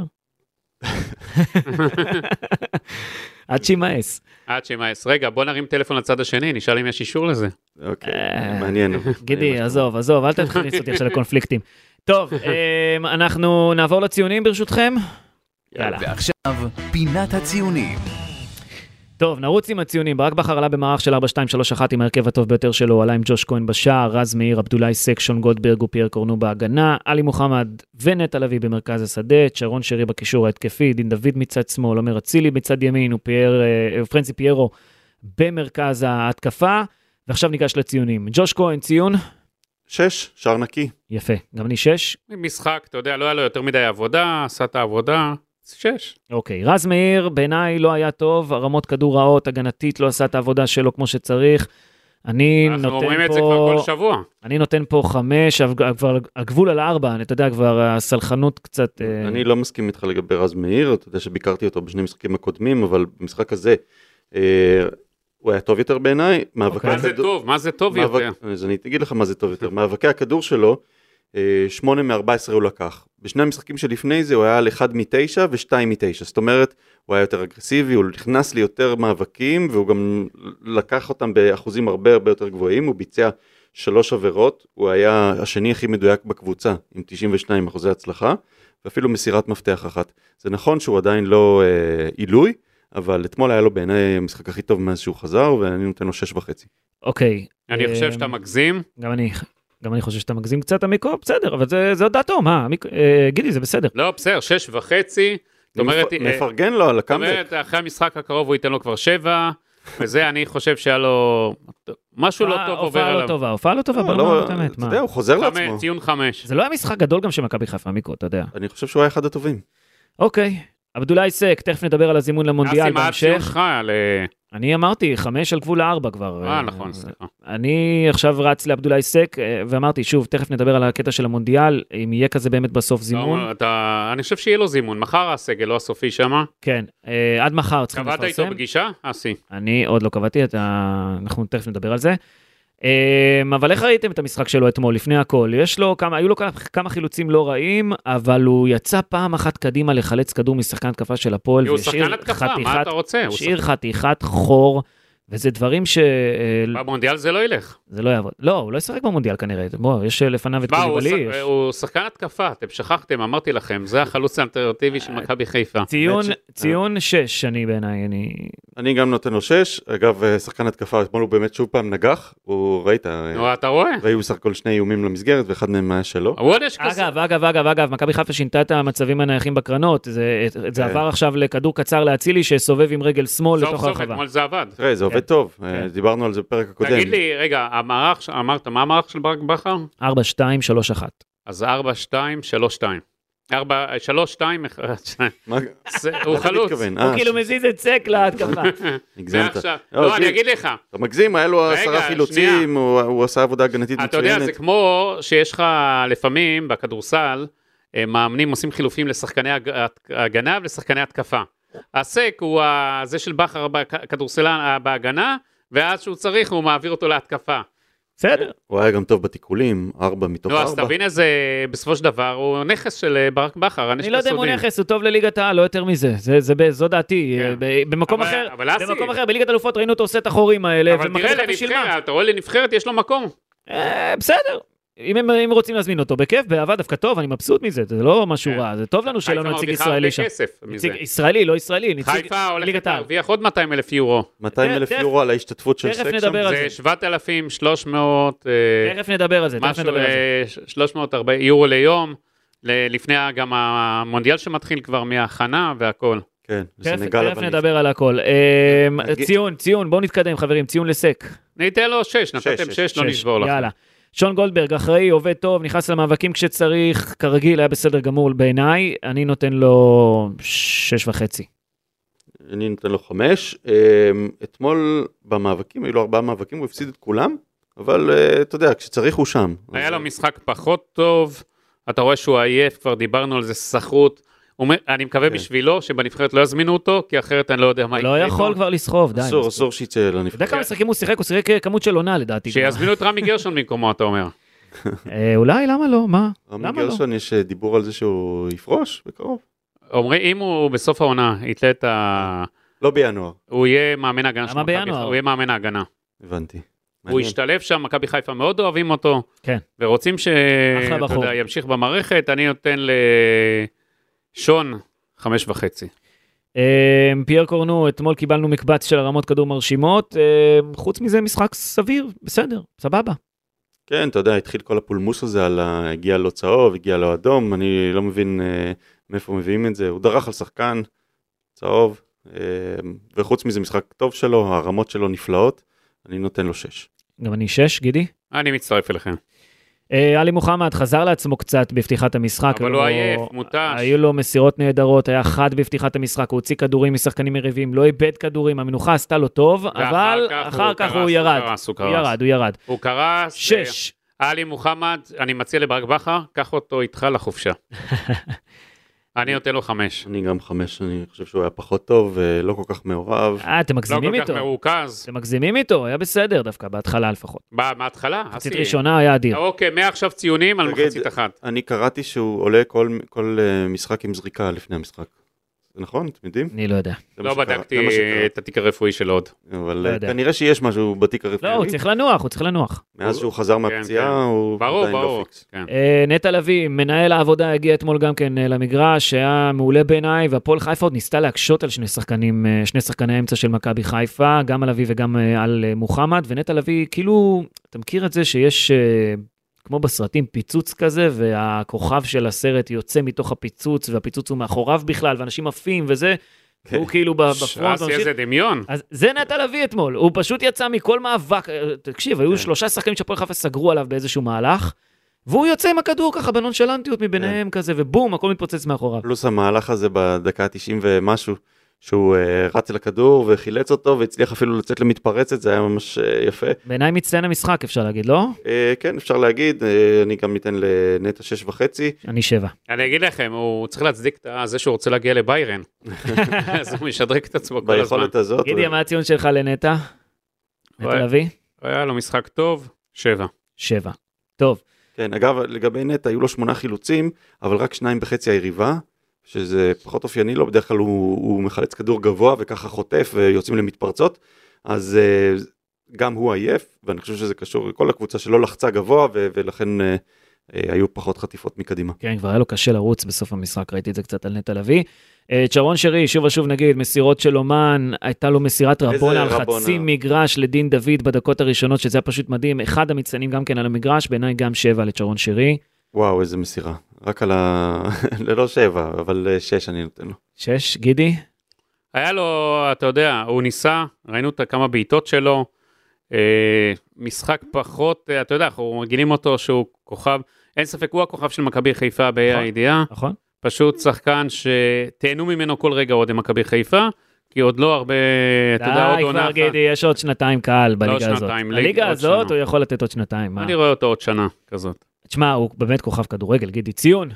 עד שימאס. עד שימאס. רגע, בוא נרים טלפון לצד השני, נשאל אם יש אישור לזה. אוקיי, מעניין. גידי, עזוב, עזוב, אל תכניס אותי עכשיו לקונפליקטים. טוב, אנחנו נעבור לציונים ברשותכם. יאללה. ועכשיו, פינת הציונים. טוב, נרוץ עם הציונים. ברק בכר עלה במערך של ארבע שתיים שלוש אחת עם ההרכב הטוב ביותר שלו, עלה עם ג'וש כהן בשער, רז מאיר, עבדולאי סק, שון גולדברג ופייר קורנו בהגנה, עלי מוחמד ונטע לביא במרכז השדה, שרון שרי בקישור ההתקפי, דין דוד מצד שמאל, עומר אצילי מצד ימין ופרנסי פיירו במרכז ההתקפה, ועכשיו ניגש לציונים. ג'וש כהן, ציון? שש, שער נקי. יפה, גם אני שש. משחק, אתה יודע, לא היה לו יותר מדי עבודה, עשה את העבודה. שש. אוקיי, רז מאיר בעיניי לא היה טוב, הרמות כדור רעות, הגנתית לא עשה את העבודה שלו כמו שצריך. אני נותן פה... אנחנו אומרים את זה כבר כל שבוע. אני נותן פה חמש, כבר הגבול על ארבע, אתה יודע, כבר הסלחנות קצת... אני לא מסכים איתך לגבי רז מאיר, אתה יודע שביקרתי אותו בשני משחקים הקודמים, אבל במשחק הזה הוא היה טוב יותר בעיניי. מה זה טוב? מה זה טוב יותר? אז אני אגיד לך מה זה טוב יותר. מאבקי הכדור שלו, שמונה מ-ארבע עשרה הוא לקח. בשני המשחקים שלפני זה הוא היה על אחד מתשע ושתיים מתשע, זאת אומרת, הוא היה יותר אגרסיבי, הוא נכנס לי יותר מאבקים, והוא גם לקח אותם באחוזים הרבה הרבה יותר גבוהים, הוא ביצע שלוש עבירות, הוא היה השני הכי מדויק בקבוצה, עם תשעים ושניים אחוזי הצלחה, ואפילו מסירת מפתח אחת. זה נכון שהוא עדיין לא אה, עילוי, אבל אתמול היה לו בעיניי המשחק הכי טוב מאז שהוא חזר, ואני נותן לו שש וחצי. אוקיי. אני חושב שאתה מגזים. גם אני... גם אני חושב שאתה מגזים קצת, המיקרו, בסדר, אבל זה, זה עוד דעתו, מה, המיק... אה, גידי, זה בסדר. לא, בסדר, שש וחצי. זאת אומרת, מפרגן לו על הקאמבק. זאת אומרת, אחרי המשחק הקרוב הוא ייתן לו כבר שבע, וזה אני חושב שהיה לו משהו לא טוב עובר עליו. הופעה לא טובה, הופעה לא טובה, לא, לא, אתה יודע, הוא חוזר לעצמו. ציון חמש. זה לא היה משחק גדול גם שמכבי חיפה, המיקרו, אתה יודע. אני חושב שהוא היה אחד הטובים. אוקיי, עבדולאי סק, תכף נדבר על הזימון למונדיאל בהמשך. על... אני אמרתי, חמש על גבול הארבע כבר. אה, נכון, סליחה. אני עכשיו רץ לעבדולאי סק, ואמרתי, שוב, תכף נדבר על הקטע של המונדיאל, אם יהיה כזה באמת בסוף זימון. לא, אתה... אני חושב שיהיה לו זימון, מחר הסגל, לא הסופי שמה. כן, עד מחר צריכים לפרסם. קבעת איתו פגישה? אסי. אני עוד לא קבעתי, אנחנו תכף נדבר על זה. אבל איך ראיתם את המשחק שלו אתמול, לפני הכל? יש לו כמה, היו לו כמה חילוצים לא רעים, אבל הוא יצא פעם אחת קדימה לחלץ כדור משחקן התקפה של הפועל, הוא שחקן התקפה, מה אתה רוצה? השאיר חתיכת חור, וזה דברים ש... במונדיאל זה לא ילך. זה לא יעבוד. לא, הוא לא ישחק במונדיאל כנראה. בוא, יש לפניו את קוליבאלי. הוא שחקן התקפה, אתם שכחתם, אמרתי לכם, זה החלוץ האלטרנטיבי של מכבי חיפה. ציון שש, אני בעיניי, אני... אני גם נותן לו שש, אגב, שחקן התקפה, אתמול הוא באמת שוב פעם נגח, הוא ראית... אתה רואה? והיו סך הכל שני איומים למסגרת, ואחד מהם היה שלו. אגב, אגב, אגב, אגב, מכבי חיפה שינתה את המצבים הנייחים בקרנות, זה עבר עכשיו לכדור קצר להצילי, שסובב עם רגל שמאל לתוך הרחבה. זה עבד. תראה, זה עובד טוב, דיברנו על זה בפרק הקודם. תגיד לי, רגע, המערך, אמרת, מה המערך של ברק בכר? ארבע שתיים שלוש אחת. אז ארבע שתיים שלוש שתיים. ארבע שלוש שתיים הוא חלוץ. הוא כאילו מזיז את סק להתקפה. הגזמת. לא, אני אגיד לך. אתה מגזים, היה לו עשרה חילוצים, הוא עשה עבודה הגנתית מצוינת. אתה יודע, זה כמו שיש לך לפעמים בכדורסל, מאמנים עושים חילופים לשחקני הגנה ולשחקני התקפה. הסק הוא זה של בכר בכדורסלן בהגנה, ואז שהוא צריך הוא מעביר אותו להתקפה. בסדר. הוא היה גם טוב בתיקולים, ארבע מתוך ארבע. לא, אז תבין איזה, בסופו של דבר, הוא נכס של ברק בכר. אני לא יודע אם הוא נכס, הוא טוב לליגת העל, לא יותר מזה. זו דעתי. במקום אחר, במקום אחר, בליגת אלופות ראינו אותו עושה את החורים האלה. אבל תראה לנבחרת, אתה רואה לנבחרת, יש לו מקום. בסדר. אם הם רוצים להזמין אותו בכיף, באהבה דווקא טוב, אני מבסוט מזה, זה לא משהו רע, זה טוב לנו שלא נציג ישראלי שם. ישראלי, לא ישראלי, חיפה הולכת להרוויח עוד מאתיים אלף יורו. מאתיים אלף יורו על ההשתתפות של סק שם? זה שבעת אלפים ושלוש מאות... תכף נדבר על זה, תכף נדבר על זה. שלוש מאות וארבעים יורו ליום, לפני גם המונדיאל שמתחיל כבר מההכנה והכל. כן, תכף נדבר על הכל. ציון, ציון, בואו נתקדם חברים, ציון לסק. ניתן לו שש, נתתם שש, לא נשבור לכם. יאללה. שון גולדברג, אחראי, עובד טוב, נכנס למאבקים כשצריך, כרגיל, היה בסדר גמור בעיניי, אני נותן לו שש וחצי. אני נותן לו חמש. אתמול במאבקים, היו לו ארבעה מאבקים, הוא הפסיד את כולם, אבל אתה יודע, כשצריך הוא שם. היה לו משחק פחות טוב, אתה רואה שהוא עייף, כבר דיברנו על זה סחרות, אני מקווה בשבילו שבנבחרת לא יזמינו אותו, כי אחרת אני לא יודע מה יקרה. לא יכול כבר לסחוב, די. אסור, אסור שיצא לנבחרת. אתה יודע כמה משחקים הוא שיחק? הוא שיחק כמות של עונה לדעתי. שיזמינו את רמי גרשון במקומו, אתה אומר. אולי, למה לא? מה? רמי גרשון, יש דיבור על זה שהוא יפרוש בקרוב? אומרים, אם הוא בסוף העונה יתלה את ה... לא בינואר. הוא יהיה מאמן ההגנה. למה בינואר? הוא יהיה מאמן ההגנה. הבנתי. הוא ישתלב שם, מכבי חיפה מאוד אוהבים אותו. כן. ורוצים שימשיך במערכת. אני נותן לשון חמש וחצי. פייר קורנו, אתמול קיבלנו מקבץ של הרמות כדור מרשימות, חוץ מזה משחק סביר, בסדר, סבבה. כן, אתה יודע, התחיל כל הפולמוס הזה על הגיע לו צהוב, הגיע לו אדום, אני לא מבין מאיפה מביאים את זה, הוא דרך על שחקן, צהוב, וחוץ מזה משחק טוב שלו, הרמות שלו נפלאות, אני נותן לו שש. גם אני שש, גידי? אני מצטרף אליכם. אלי מוחמד חזר לעצמו קצת בפתיחת המשחק. אבל הוא עייף, מוטש. היו לו מסירות נהדרות, היה חד בפתיחת המשחק, הוא הוציא כדורים משחקנים יריבים, לא איבד כדורים, המנוחה עשתה לו טוב, אבל אחר כך הוא ירד. הוא ירד, הוא ירד. הוא קרס. שש. אלי מוחמד, אני מציע לברק בכר, קח אותו איתך לחופשה. אני נותן לו חמש. אני גם חמש, אני חושב שהוא היה פחות טוב, ולא כל כך מעורב. אה, אתם מגזימים לא איתו. כל כך מרוכז. אתם מגזימים איתו, היה בסדר דווקא, בהתחלה לפחות. מה, מההתחלה? חצית ראשונה היה אדיר. אוקיי, מעכשיו ציונים על מחצית אחת. אני קראתי שהוא עולה כל, כל uh, משחק עם זריקה לפני המשחק. זה נכון? אתם יודעים? אני לא יודע. לא בדקתי את התיק הרפואי של עוד. אבל כנראה שיש משהו בתיק הרפואי. לא, הוא צריך לנוח, הוא צריך לנוח. מאז שהוא חזר מהפציעה, הוא עדיין לא פיקס. נטע לביא, מנהל העבודה, הגיע אתמול גם כן למגרש, שהיה מעולה בעיניי, והפועל חיפה עוד ניסתה להקשות על שני שחקנים, שני שחקני האמצע של מכבי חיפה, גם על לביא וגם על מוחמד, ונטע לביא, כאילו, אתה מכיר את זה שיש... כמו בסרטים, פיצוץ כזה, והכוכב של הסרט יוצא מתוך הפיצוץ, והפיצוץ הוא מאחוריו בכלל, ואנשים עפים וזה, הוא כאילו בפרונט. שעשי איזה דמיון. אז זה נטע לביא אתמול, הוא פשוט יצא מכל מאבק, תקשיב, היו שלושה שחקנים שהפועל חיפה סגרו עליו באיזשהו מהלך, והוא יוצא עם הכדור ככה בנונשלנטיות מביניהם כזה, ובום, הכל מתפוצץ מאחוריו. פלוס המהלך הזה בדקה ה-תשעים ומשהו, שהוא uh, רץ לכדור וחילץ אותו, והצליח אפילו לצאת למתפרצת, זה היה ממש uh, יפה. בעיניי מצטיין המשחק, אפשר להגיד, לא? Uh, כן, אפשר להגיד, uh, אני גם ניתן לנטע שש וחצי. אני שבע. אני אגיד לכם, הוא צריך להצדיק את זה שהוא רוצה להגיע לביירן. אז הוא משדרק את עצמו כל הזמן. ביכולת הזאת. גידי, מה הציון שלך לנטע? נטע לביא? היה לו משחק טוב, שבע. שבע. טוב. כן, אגב, לגבי נטע, היו לו שמונה חילוצים, אבל רק שניים בחצי היריבה. שזה פחות אופייני לו, בדרך כלל הוא, הוא מחלץ כדור גבוה וככה חוטף ויוצאים למתפרצות, אז uh, גם הוא עייף, ואני חושב שזה קשור לכל הקבוצה שלא לחצה גבוה, ו- ולכן uh, uh, היו פחות חטיפות מקדימה. כן, כבר היה לו קשה לרוץ בסוף המשחק, ראיתי את זה קצת על נטע לביא. Uh, צ'רון שרי, שוב ושוב נגיד, מסירות של אומן, הייתה לו מסירת רבונה על רבונה? חצי מגרש לדין דוד בדקות הראשונות, שזה היה פשוט מדהים, אחד המצטיינים גם כן על המגרש, בעיניי גם שבע לצ'רון שרי. וואו, איזה מסירה. רק על ה... ללא שבע, אבל שש אני נותן לו. שש, גידי? היה לו, אתה יודע, הוא ניסה, ראינו את כמה בעיטות שלו, אה, משחק פחות, אתה יודע, אנחנו רגילים אותו שהוא כוכב, אין ספק, הוא הכוכב של מכבי חיפה בה"א הידיעה. נכון. פשוט שחקן שתהנו ממנו כל רגע עוד עם מכבי חיפה, כי עוד לא הרבה, אתה יודע, עוד עונה. די, כבר גידי, יש עוד שנתיים קהל בליגה הזאת. לא שנתיים, בליגה הזאת הוא יכול לתת עוד שנתיים. אני רואה אותו עוד שנה כזאת. תשמע, הוא באמת כוכב כדורגל, גידי, ציון?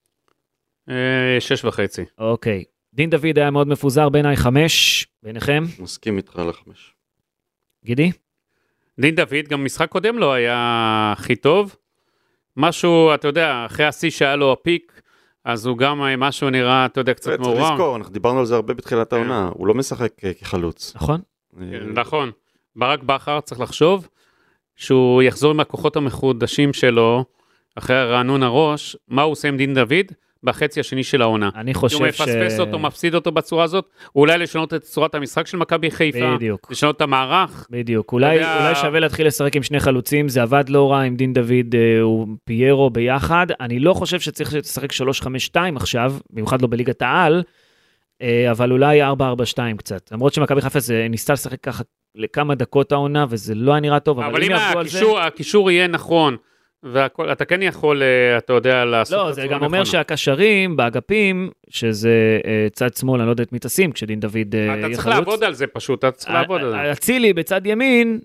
שש וחצי. אוקיי. דין דוד היה מאוד מפוזר, בעיניי חמש, בעיניכם? מסכים איתך על החמש. גידי? דין דוד, גם משחק קודם לא היה הכי טוב. משהו, אתה יודע, אחרי השיא שהיה לו הפיק, אז הוא גם משהו נראה, אתה יודע, קצת מעורר. צריך לזכור, אנחנו דיברנו על זה הרבה בתחילת העונה, הוא לא משחק כחלוץ. נכון. נכון. ברק בכר צריך לחשוב, שהוא יחזור עם הכוחות המחודשים שלו, אחרי הרענון הראש, מה הוא עושה עם דין דוד? בחצי השני של העונה. אני חושב ש... הוא מפספס אותו, מפסיד אותו בצורה הזאת, אולי לשנות את צורת המשחק של מכבי חיפה, בדיוק. לשנות את המערך. בדיוק, אולי, יודע... אולי שווה להתחיל לשחק עם שני חלוצים, זה עבד לא רע עם דין דוד אה, ופיירו ביחד, אני לא חושב שצריך לשחק שלוש חמש שתיים עכשיו, במיוחד לא בליגת העל, אה, אבל אולי ארבע ארבע שתיים קצת, למרות שמכבי חיפה זה ניסתה לשחק ככה לכמה דקות העונה, וזה לא היה נראה טוב, אבל, אבל אם הקישור, הקישור יהיה נכון, ואתה כן יכול, אתה יודע, לעשות... לא, זה גם אומר שהקשרים באגפים, שזה צד שמאל, אני לא יודע את מי תשים, כשדין דוד יחלוץ. אתה צריך לעבוד על זה פשוט, אתה צריך לעבוד על זה. אצילי בצד ימין,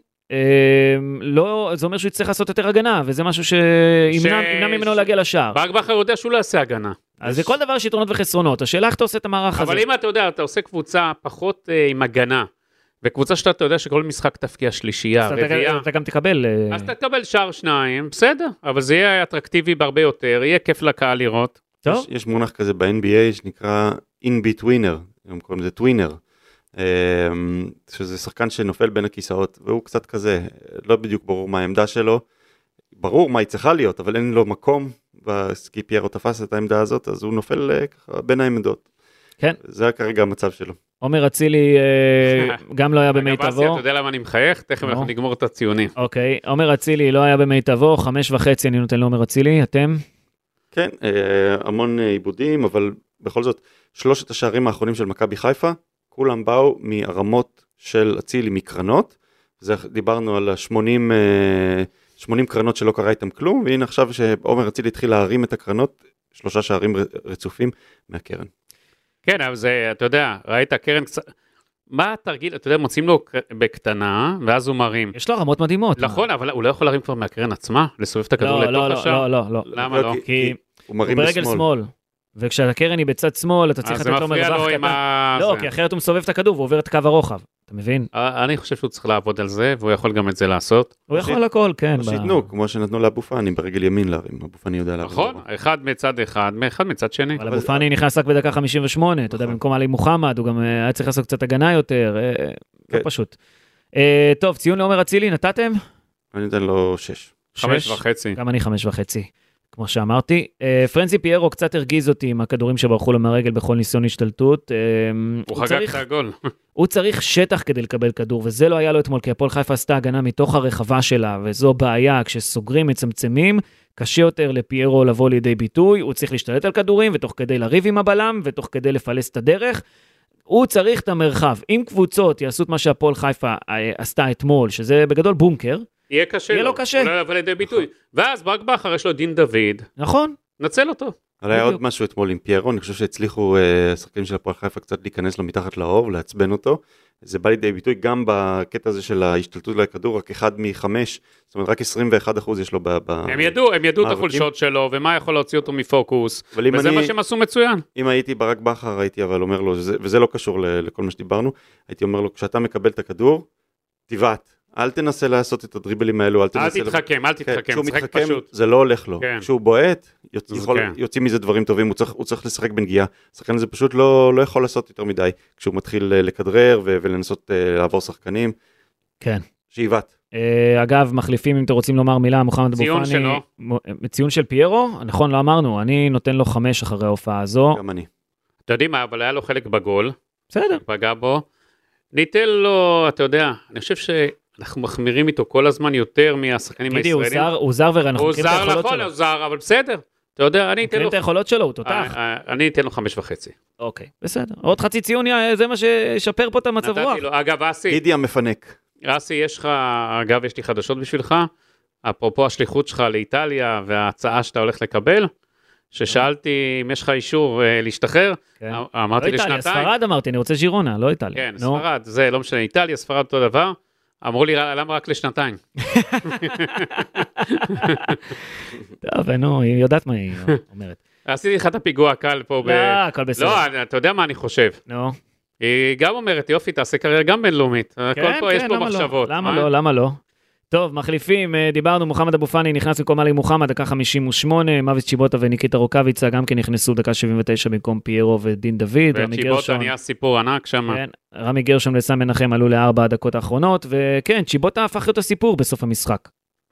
לא, זה אומר שהוא יצטרך לעשות יותר הגנה, וזה משהו שימנע ממנו להגיע לשער. ברק בכר יודע שהוא לא יעשה הגנה. אז זה כל דבר יש יתרונות וחסרונות, השאלה איך אתה עושה את המערך הזה. אבל אם אתה יודע, אתה עושה קבוצה פחות עם הגנה, וקבוצה שאתה אתה יודע שכל משחק תפקיע שלישייה, רביעייה. אתה גם תקבל... אז אתה תקבל שער שניים, בסדר, אבל זה יהיה אטרקטיבי בהרבה יותר, יהיה כיף לקהל לראות. יש, יש מונח כזה ב-אן בי איי שנקרא in-betweener, הם קוראים לזה טווינר, שזה שחקן שנופל בין הכיסאות, והוא קצת כזה, לא בדיוק ברור מה העמדה שלו, ברור מה היא צריכה להיות, אבל אין לו מקום, כי פיירו תפס את העמדה הזאת, אז הוא נופל ככה בין העמדות. כן. זה כרגע המצב שלו. עומר אצילי גם לא היה במיטבו. אתה יודע למה אני מחייך? תכף אנחנו נגמור את הציונים. אוקיי, עומר אצילי לא היה במיטבו, חמש וחצי אני נותן לעומר אצילי, אתם? כן, המון עיבודים, אבל בכל זאת, שלושת השערים האחרונים של מכבי חיפה, כולם באו מהרמות של אצילי מקרנות, דיברנו על שמונים קרנות שלא קרה איתם כלום, והנה עכשיו שעומר אצילי התחיל להרים את הקרנות, שלושה שערים רצופים מהקרן. כן, אבל זה, אתה יודע, ראית קרן קצת, מה התרגיל, אתה יודע, מוצאים לו בקטנה, ואז הוא מרים. יש לו רמות מדהימות. נכון, אבל הוא לא יכול להרים כבר מהקרן עצמה, לסובב את הכדור לתוך השער? לא, לא, לא. למה לא? כי הוא ברגל שמאל. וכשהקרן היא בצד שמאל, אתה צריך לתת לו מרווח קטן. לא, כי אחרת הוא מסובב את הכדור ועובר את קו הרוחב. אתה מבין? אני חושב שהוא צריך לעבוד על זה, והוא יכול גם את זה לעשות. הוא יכול הכל, כן. או שיתנו, כמו שנתנו לאבו פאני ברגל ימין להרים. אבו פאני יודע להרים. נכון, אחד מצד אחד, אחד מצד שני. אבל אבו פאני נכנס רק בדקה חמישים ושמונה, אתה יודע, במקום עלי מוחמד, הוא גם היה צריך לעשות קצת הגנה יותר, לא פשוט. טוב, ציון לעומר אצילי, נתתם? אני אתן לו שש. חמש וחצי. גם אני חמש וחצי. כמו שאמרתי, פרנזי פיירו קצת הרגיז אותי עם הכדורים שברחו לו מהרגל בכל ניסיון השתלטות. הוא חגג את הגול. הוא צריך שטח כדי לקבל כדור, וזה לא היה לו אתמול, כי הפועל חיפה עשתה הגנה מתוך הרחבה שלה, וזו בעיה, כשסוגרים, מצמצמים, קשה יותר לפיירו לבוא לידי ביטוי, הוא צריך להשתלט על כדורים, ותוך כדי לריב עם הבלם, ותוך כדי לפלס את הדרך, הוא צריך את המרחב. אם קבוצות יעשו את מה שהפועל חיפה עשתה אתמול, שזה בגדול בונקר, יהיה קשה יהיה לו קשה. אולי לבוא לידי ביטוי. ואז ברק בכר יש לו דין דוד. נכון. נצל אותו. אבל היה עוד משהו אתמול עם פיירו, אני חושב שהצליחו השחקנים של הפועל חיפה קצת להיכנס לו מתחת לאור ולעצבן אותו. זה בא לידי ביטוי גם בקטע הזה של ההשתלטות לכדור, רק אחד מחמש, זאת אומרת רק עשרים ואחד אחוז יש לו ב... הם ידעו, הם ידעו את החולשות שלו, ומה יכול להוציא אותו מפוקוס, וזה מה שהם עשו מצוין. אם הייתי ברק בכר, הייתי אבל אומר לו, וזה לא קשור לכל מה שדיברנו, הייתי אומר לו, כשאתה מקבל את הכדור, תיבעט. אל תנסה לעשות את הדריבלים האלו, אל תנסה... אל תתחכם, אל תתחכם, שחק פשוט. זה לא הולך לו. כשהוא בועט, יוצאים מזה דברים טובים, הוא צריך לשחק בנגיעה. שחקן הזה פשוט לא יכול לעשות יותר מדי, כשהוא מתחיל לכדרר ולנסות לעבור שחקנים. כן. שאיבת. אגב, מחליפים, אם אתם רוצים לומר מילה, מוחמד אבו פאני. ציון שלו. ציון של פיירו? נכון, לא אמרנו, אני נותן לו חמש אחרי ההופעה הזו. גם אני. אתה יודעים מה, אבל היה לו חלק בגול. בסדר. פגע בו. ניתן לו, אתה יודע, אני חושב ש... אנחנו מחמירים איתו כל הזמן יותר מהשחקנים הישראלים. הוא זר ואנחנו מכירים את היכולות שלו. הוא זר, אבל בסדר. אתה יודע, אני אתן לו... מכירים את היכולות שלו, הוא תותח. אני אתן לו חמש וחצי. אוקיי, בסדר. עוד חצי ציון, זה מה שישפר פה את המצב רוח. אגב, אסי. גידי המפנק. אסי, יש לך, אגב, יש לי חדשות בשבילך. אפרופו השליחות שלך לאיטליה וההצעה שאתה הולך לקבל, ששאלתי אם יש לך אישור להשתחרר, אמרתי לשנתיים. ספרד אמרתי, אני רוצה ז'ירונה, לא איטליה. כן, ספרד, זה לא משנה, איטליה, ספרד אותו דבר. אמרו לי, למה רק לשנתיים? טוב, נו, היא יודעת מה היא אומרת. עשיתי לך את הפיגוע הקל פה. לא, הכל בסדר. לא, אתה יודע מה אני חושב. נו. היא גם אומרת, יופי, תעשה קריירה גם בינלאומית. כן, כן, למה לא? למה לא? למה לא? טוב, מחליפים, דיברנו, מוחמד אבו פאני נכנס במקום עלי מוחמד, דקה חמישים ושמונה, מוות צ'יבוטה וניקיטה רוקביצה, גם כן נכנסו דקה שבעים ותשע במקום פיירו ודין דוד. וצ'יבוטה נהיה סיפור ענק שם. כן, רמי גרשון וסם מנחם עלו לארבע הדקות האחרונות, וכן, צ'יבוטה הפך להיות הסיפור בסוף המשחק.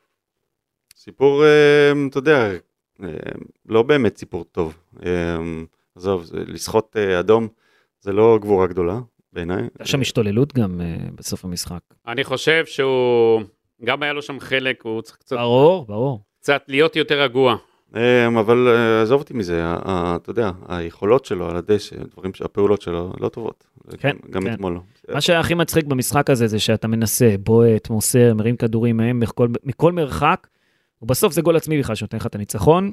סיפור, אתה יודע, לא באמת סיפור טוב. עזוב, לשחות אדום, זה לא גבורה גדולה בעיניי. יש שם השתוללות גם בסוף המשחק. אני חושב שהוא... גם היה לו שם חלק, הוא צריך קצת... ברור, ברור. קצת להיות יותר רגוע. אבל עזוב אותי מזה, אתה יודע, היכולות שלו על הדשא, דברים, הפעולות שלו לא טובות. כן, גם כן. אתמול לא. מה שהכי מצחיק במשחק הזה, זה שאתה מנסה, בועט, מוסר, מרים כדורים מהם, מכל, מכל מרחק, ובסוף זה גול עצמי בכלל, שנותן לך את הניצחון.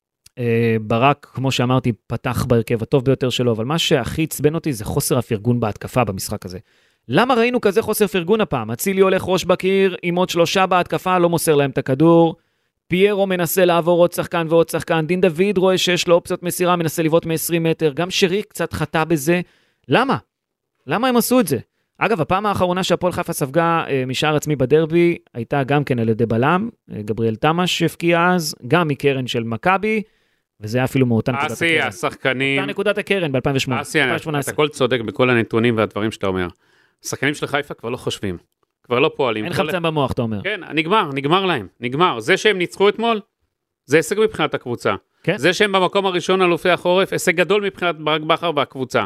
ברק, כמו שאמרתי, פתח בהרכב הטוב ביותר שלו, אבל מה שהכי עצבן אותי זה חוסר הפרגון בהתקפה במשחק הזה. למה ראינו כזה חוסר פרגון הפעם? אצילי הולך ראש בקיר, עם עוד שלושה בהתקפה, לא מוסר להם את הכדור, פיירו מנסה לעבור עוד שחקן ועוד שחקן, דין דוד רואה שיש לו אופציות מסירה, מנסה לבעוט מ-עשרים מטר, גם שרי קצת חטא בזה. למה? למה הם עשו את זה? אגב, הפעם האחרונה שהפועל חיפה ספגה אה, משער עצמי בדרבי, הייתה גם כן על ידי בלם, אה, גבריאל תמש שהפקיע אז, גם מקרן של מכבי, וזה היה אפילו מאותה נקודת אסי, הקרן. השחקנים... מאותה נקודת הקרן ב-אלפיים ושמונה. אסי, אתה הכל צודק בכל הנתונים והדברים שאתה אומר. השחקנים של חיפה כבר לא חושבים, כבר לא פועלים. אין חמצן במוח, אתה אומר. כן, נגמר, נגמר להם, נגמר. זה שהם ניצחו אתמול, זה הישג מבחינת הקבוצה. כן. זה שהם במקום הראשון אלופי החורף, הישג גדול מבחינת ברק בכר והקבוצה.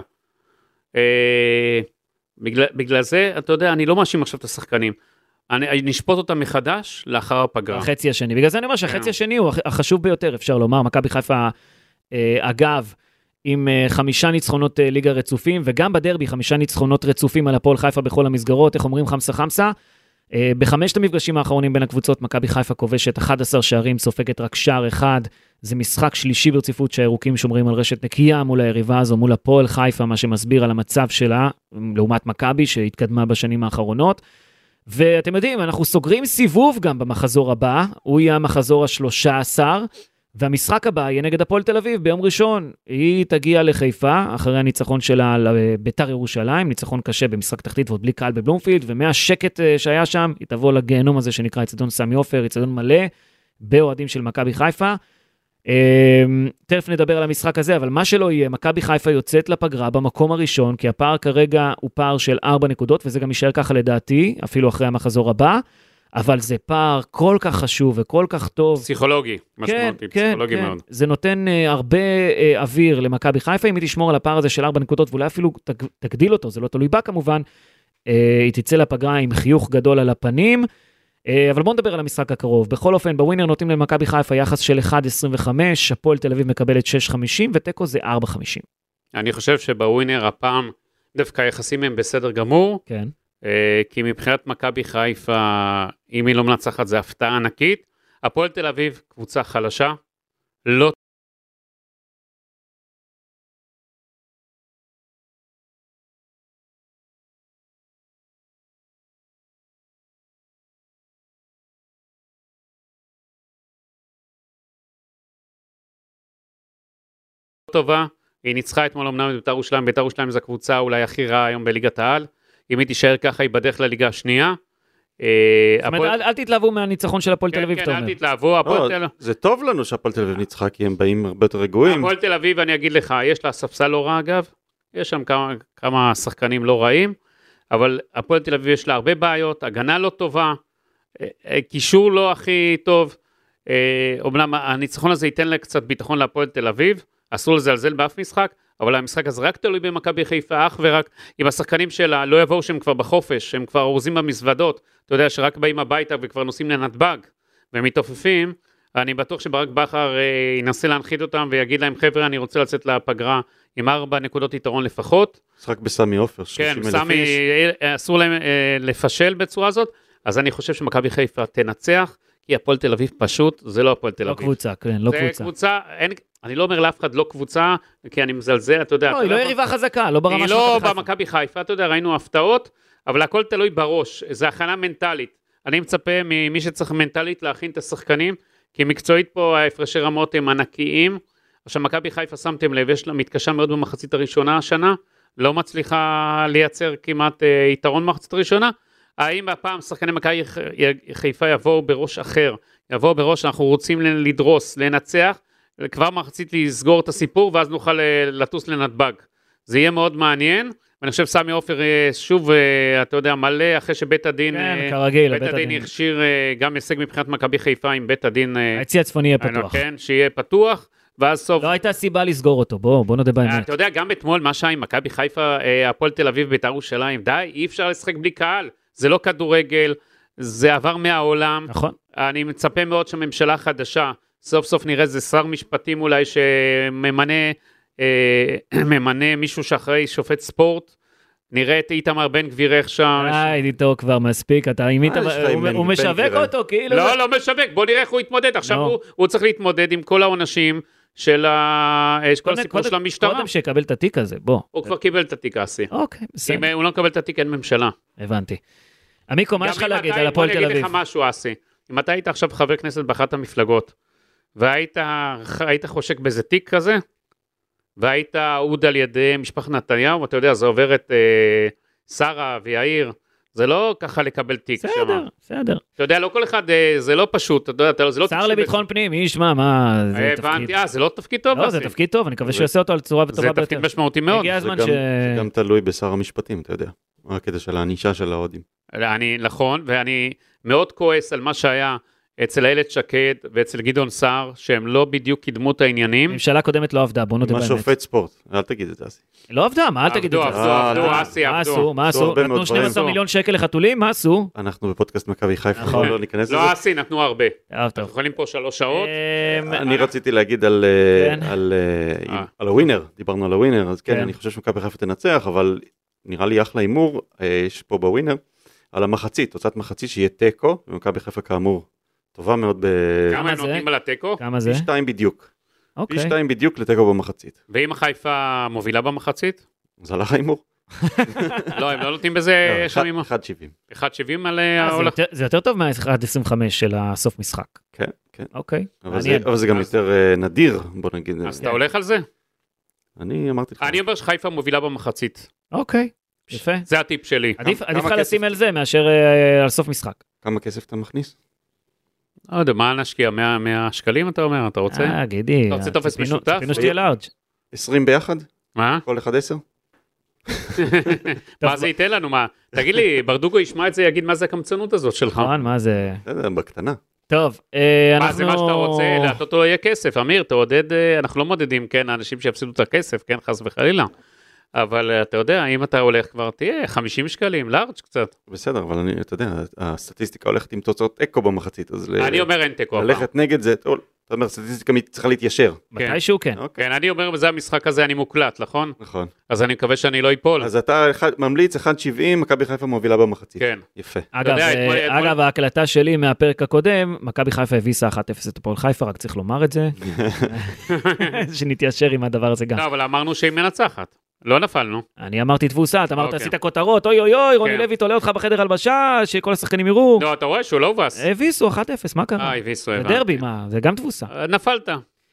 אה, בגלל, בגלל זה, אתה יודע, אני לא מאשים עכשיו את השחקנים. אני נשפוט אותם מחדש לאחר הפגרה. החצי השני. בגלל זה אני אומר שהחצי השני הוא החשוב ביותר, אפשר לומר. מכבי חיפה, אגב, עם חמישה ניצחונות ליגה רצופים, וגם בדרבי חמישה ניצחונות רצופים על הפועל חיפה בכל המסגרות, איך אומרים חמסה חמסה. בחמשת המפגשים האחרונים בין הקבוצות, מכבי חיפה כובשת אחד עשר שערים, סופגת רק שער אחד, זה משחק שלישי ברציפות שהירוקים שומרים על רשת נקייה מול היריבה הזו, מול הפועל חיפה, מה שמסביר על המצב שלה, לעומת מכבי שהתקדמה בשנים האחרונות. ואתם יודעים, אנחנו סוגרים סיבוב גם במחזור הבא, הוא יהיה המחזור ה-שלושה עשר, והמשחק הבא יהיה נגד הפועל תל אביב ביום ראשון. היא תגיע לחיפה, אחרי הניצחון שלה לביתר ירושלים, ניצחון קשה במשחק תחתית ועוד בלי קהל בבלומפילד, ומהשקט שהיה שם, היא תבוא לגיהנום הזה שנקרא אצטדיון סמי עופר, אצטדיון מלא, באוהדים של מכבי חיפה. תכף נדבר על המשחק הזה, אבל מה שלא יהיה, מכבי חיפה יוצאת לפגרה במקום הראשון, כי הפער כרגע הוא פער של ארבע נקודות, וזה גם יישאר ככה לדעתי, אפילו אחרי המחזור הבא, אבל זה פער כל כך חשוב וכל כך טוב. פסיכולוגי, משמעותי, כן, פסיכולוגי כן, מאוד. כן. זה נותן uh, הרבה uh, אוויר למכבי חיפה, אם היא תשמור על הפער הזה של ארבע נקודות, ואולי אפילו תג, תגדיל אותו, זה לא תלוי בה כמובן, uh, היא תצא לפגרה עם חיוך גדול על הפנים, uh, אבל בואו נדבר על המשחק הקרוב. בכל אופן, בווינר נותנים למכבי חיפה יחס של אחד עשרים וחמש, הפועל תל אביב מקבלת שש חמישים, וטקו זה ארבע חמישים. אני חושב שבווינר הפעם דווקא היחסים הם בסדר גמור, כן. כי מבחינת מכבי חיפה, אם היא לא מנצחת, זה הפתעה ענקית. הפועל תל אביב, קבוצה חלשה, לא טובה. היא ניצחה אתמול אמנם בית"ר ירושלים, בית"ר ירושלים זו הקבוצה אולי הכי רעה היום בליגת העל. אם היא תישאר ככה, היא בדרך לליגה השנייה. זאת אומרת, אל תתלהבו מהניצחון של הפועל תל אביב, כן, אל תתלהבו. זה טוב לנו שהפועל תל אביב ניצחה, כי הם באים הרבה יותר רגועים. הפועל תל אביב, אני אגיד לך, יש לה ספסל לא רע אגב, יש שם כמה שחקנים לא רעים, אבל הפועל תל אביב יש לה הרבה בעיות, הגנה לא טובה, קישור לא הכי טוב, אומנם הניצחון הזה ייתן לה קצת ביטחון להפועל תל אביב, אסור לזלזל באף משחק, אבל המשחק הזה רק תלוי במכבי חיפה, אך ורק אם השחקנים שלה לא יבואו שהם כבר בחופש, שהם כבר אורזים במזוודות, אתה יודע שרק באים הביתה וכבר נוסעים לנתב"ג, והם מתעופפים, אני בטוח שברק בכר אה, ינסה להנחית אותם ויגיד להם, חבר'ה, אני רוצה לצאת לפגרה עם ארבע נקודות יתרון לפחות. משחק בסמי עופר, שלושים אלף איש. כן, סמי, אסור להם אה, לפשל בצורה הזאת, אז אני חושב שמכבי חיפה תנצח, כי הפועל תל אביב פשוט, זה לא הפועל תל אביב. לא קבוצה, כן, לא זה קבוצה. קבוצה, אין, אני לא אומר לאף אחד לא קבוצה, כי אני מזלזל, אתה יודע. לא, היא לא יריבה חזקה, לא ברמה של מכבי חיפה. היא לא במכבי חיפה, אתה יודע, ראינו הפתעות, אבל הכל תלוי בראש, זה הכנה מנטלית. אני מצפה ממי שצריך מנטלית להכין את השחקנים, כי מקצועית פה ההפרשי רמות הם ענקיים. עכשיו מכבי חיפה שמתם לב, יש לה מתקשה מאוד במחצית הראשונה השנה, לא מצליחה לייצר כמעט אה, יתרון במחצית הראשונה. האם הפעם שחקני מכבי חיפה יבואו בראש אחר, יבואו בראש, אנחנו רוצים לדרוס, לנצח, כבר מחצית לסגור את הסיפור, ואז נוכל לטוס לנתב"ג. זה יהיה מאוד מעניין, ואני חושב סמי עופר שוב, אתה יודע, מלא, אחרי שבית הדין, כן, כרגיל, בית הדין הכשיר גם הישג מבחינת מכבי חיפה עם בית הדין, היציע הצפוני יהיה פתוח. כן, שיהיה פתוח, ואז סוף. לא הייתה סיבה לסגור אותו, בוא, בוא נודה באמת. אתה יודע, גם אתמול, מה שהיה עם מכבי חיפה, הפועל תל אביב בית"ר ירושלים, די, אי אפשר לשחק בלי קהל, זה לא כדורגל, זה עבר מהעולם. נכון. אני מצפה מאוד שהממשלה חדשה, סוף סוף נראה איזה שר משפטים אולי שממנה אה, ממנה מישהו שאחראי שופט ספורט, נראה את איתמר בן גביר איך שם. אה, איתו כבר מספיק, אתה עם איתמר, הוא משווק אותו כאילו. לא, לא משווק, בוא נראה איך הוא יתמודד, עכשיו הוא צריך להתמודד עם כל העונשים של כל הסיפור של המשטרה. קודם שיקבל את התיק הזה, בוא. הוא כבר קיבל את התיק העשי. אוקיי, בסדר. אם הוא לא מקבל את התיק, אין ממשלה. הבנתי. עמיקו, מה יש לך להגיד על הפועל תל אביב? בוא נגיד לך משהו, עשי. אם אתה היית עכשיו חבר כנסת באחת המפלגות, והיית היית חושק באיזה תיק כזה, והיית עוד על ידי משפחת נתניהו, ואתה יודע, זה עובר את אה, שרה ויאיר, זה לא ככה לקבל תיק. בסדר, שמה. בסדר. אתה יודע, לא כל אחד, אה, זה לא פשוט, אתה יודע, זה לא... שר לביטחון פנים, מי ישמע, מה, זה אה, תפקיד. הבנתי, אה, זה לא תפקיד טוב? לא, זה תפקיד טוב, אני מקווה שיעשה אותו על צורה וטובה ביותר. זה תפקיד משמעותי מאוד. הגיע הזמן ש... זה גם תלוי בשר המשפטים, אתה יודע. מה הקטע של הענישה של ההודים. אני, נכון, ואני מאוד כועס על מה שהיה אצל איילת שקד ואצל גדעון סער, שהם לא בדיוק קידמו את העניינים. ממשלה קודמת לא עבדה, בוא נודה באמת. מה שופט ספורט, אל תגיד את זה, אסי. לא עבדה, מה אל תגיד את זה? עבדו, עבדו, אסי, עבדו. מה עשו, מה עשו? נתנו שנים עשר מיליון שקל לחתולים, מה עשו? אנחנו בפודקאט מכבי חיפה, לא ניכנס לזה. לא, אסי, נתנו הרבה. אנחנו יכולים פה שלוש שעות. אני רציתי להגיד על הווינר, דיברנו על הווינר, אז כן, אני חושב שמכבי חיפה תנצח, אבל נראה לי אחלה הימור, יש פה בווינר, על המחצית, תוצאת מחצית שיהיה טקו, ומכבי חיפה כאמור, טובה מאוד ב... כמה הם נותנים על הטקו? כמה זה? פי שתיים בדיוק. אוקיי. פי שתיים בדיוק לטקו במחצית. ואם חיפה מובילה במחצית? אז הלך ההימור. לא, הם לא נותנים בזה שם הימור. אחד שבעים. אחד שבעים על ההולך. זה יותר טוב מה-אחד עשרים וחמש של הסוף משחק. כן, כן. אוקיי. אבל זה גם יותר נדיר, בוא נגיד. אז אתה הולך על זה? אני אמרתי לך. אני אומר שחיפה מובילה במחצית. אוקיי, יפה. זה הטיפ שלי. עדיף לך לשים על זה מאשר על סוף משחק. כמה כסף אתה מכניס? לא יודע, מה נשקיע? מאה שקלים אתה אומר? אתה רוצה? אה, גידי. אתה רוצה תופס משותף? ציפינו שתהיה לארג'. עשרים ביחד? מה? כל אחד עשר? מה זה ייתן לנו? מה? תגיד לי, ברדוגו ישמע את זה, יגיד מה זה הקמצנות הזאת שלך. נכון, מה זה? בסדר, בקטנה. טוב, אנחנו... מה זה מה שאתה רוצה? להטוטו לא יהיה כסף. אמיר, תעודד, אנחנו לא מודדים, כן, האנשים שיפסידו את הכסף, כן, חס וחלילה. אבל אתה יודע, אם אתה הולך כבר, תהיה חמישים שקלים, לארג' קצת. בסדר, אבל אני, אתה יודע, הסטטיסטיקה הולכת עם תוצאות אקו במחצית, אז... אני אומר אין תיקו. ללכת נגד זה, אתה אומר, הסטטיסטיקה צריכה להתיישר. מתישהו כן. כן, אני אומר, בזה המשחק הזה אני מוקלט, נכון? נכון. אז אני מקווה שאני לא איפול. אז אתה ממליץ אחד שבעים, מכבי חיפה מובילה במחצית. כן. יפה. אגב, ההקלטה שלי מהפרק הקודם, מכבי חיפה הביסה אחת אפס את הפועל חיפה, רק צריך לומר את זה. שנתיישר עם הדבר הזה גם. לא, אבל אמרנו שהיא מנצחת. לא נפלנו. אני אמרתי תבוסה, אתה אמרת, עשית כותרות, אוי אוי אוי, רוני לוי תולה אותך בחדר הלבשה, שכל השחקנים יראו. לא, אתה רואה שהוא לא הובס. הביסו אחת אפס, מה קרה? אה, הביסו, הבנתי. זה דרבי, מה? זה גם תבוסה. נפלת.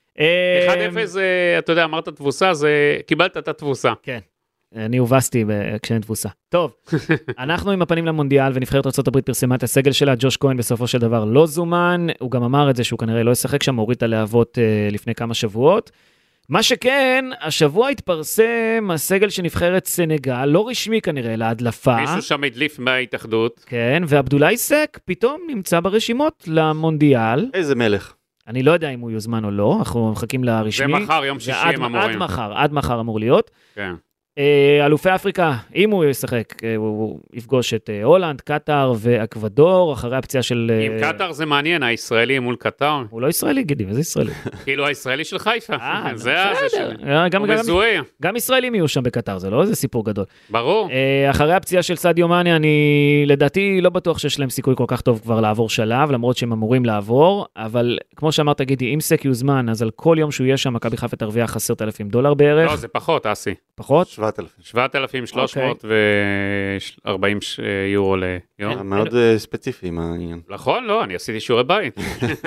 אחד אפס, אתה יודע, אמרת תבוסה, זה קיבלת את התבוסה. כן. אני הובסתי כשאין תבוסה. טוב, אנחנו עם הפנים למונדיאל, ונבחרת ארצות הברית פרסמה את הסגל שלה, ג'וש כהן בסופו של דבר לא זומן, הוא גם אמר את זה שהוא כנראה לא ישחק שם, הוריד את הלהבות לפני כמה שבועות. מה שכן, השבוע התפרסם הסגל של נבחרת סנגל, לא רשמי כנראה, להדלפה. מישהו שם הדליף מההתאחדות. כן, ועבדולאי סק פתאום נמצא ברשימות למונדיאל. איזה מלך. אני לא יודע אם הוא יוזמן או לא, אנחנו מחכים לרשמי. זה מחר, יום שישי הם אמורים. עד מחר, עד מחר אמור להיות. כן. אלופי אפריקה, אם הוא ישחק, הוא יפגוש את הולנד, קטר ואקוודור, אחרי הפציעה של... עם קטר זה מעניין, הישראלי מול קטר. הוא לא ישראלי, גידי, וזה ישראלי. כאילו הישראלי של חיפה. זה בסדר. הוא מזוהה. גם ישראלים יהיו שם בקטר, זה לא איזה סיפור גדול. ברור. אחרי הפציעה של סדיו מאני, אני לדעתי לא בטוח שיש להם סיכוי כל כך טוב כבר לעבור שלב, למרות שהם אמורים לעבור, אבל כמו שאמרת, גידי, אם סק יוזמן, אז על כל יום שהוא יהיה שם, מכבי חיפה תרוויח עשרת אלפים דולר בערך. לא, זה פחות, אסי. פחות? שבעת אלפים. שבעת אלפים שלוש מאות וארבעים יורו ליום. מאוד ספציפי מה העניין. נכון, לא, אני עשיתי שיעורי בית.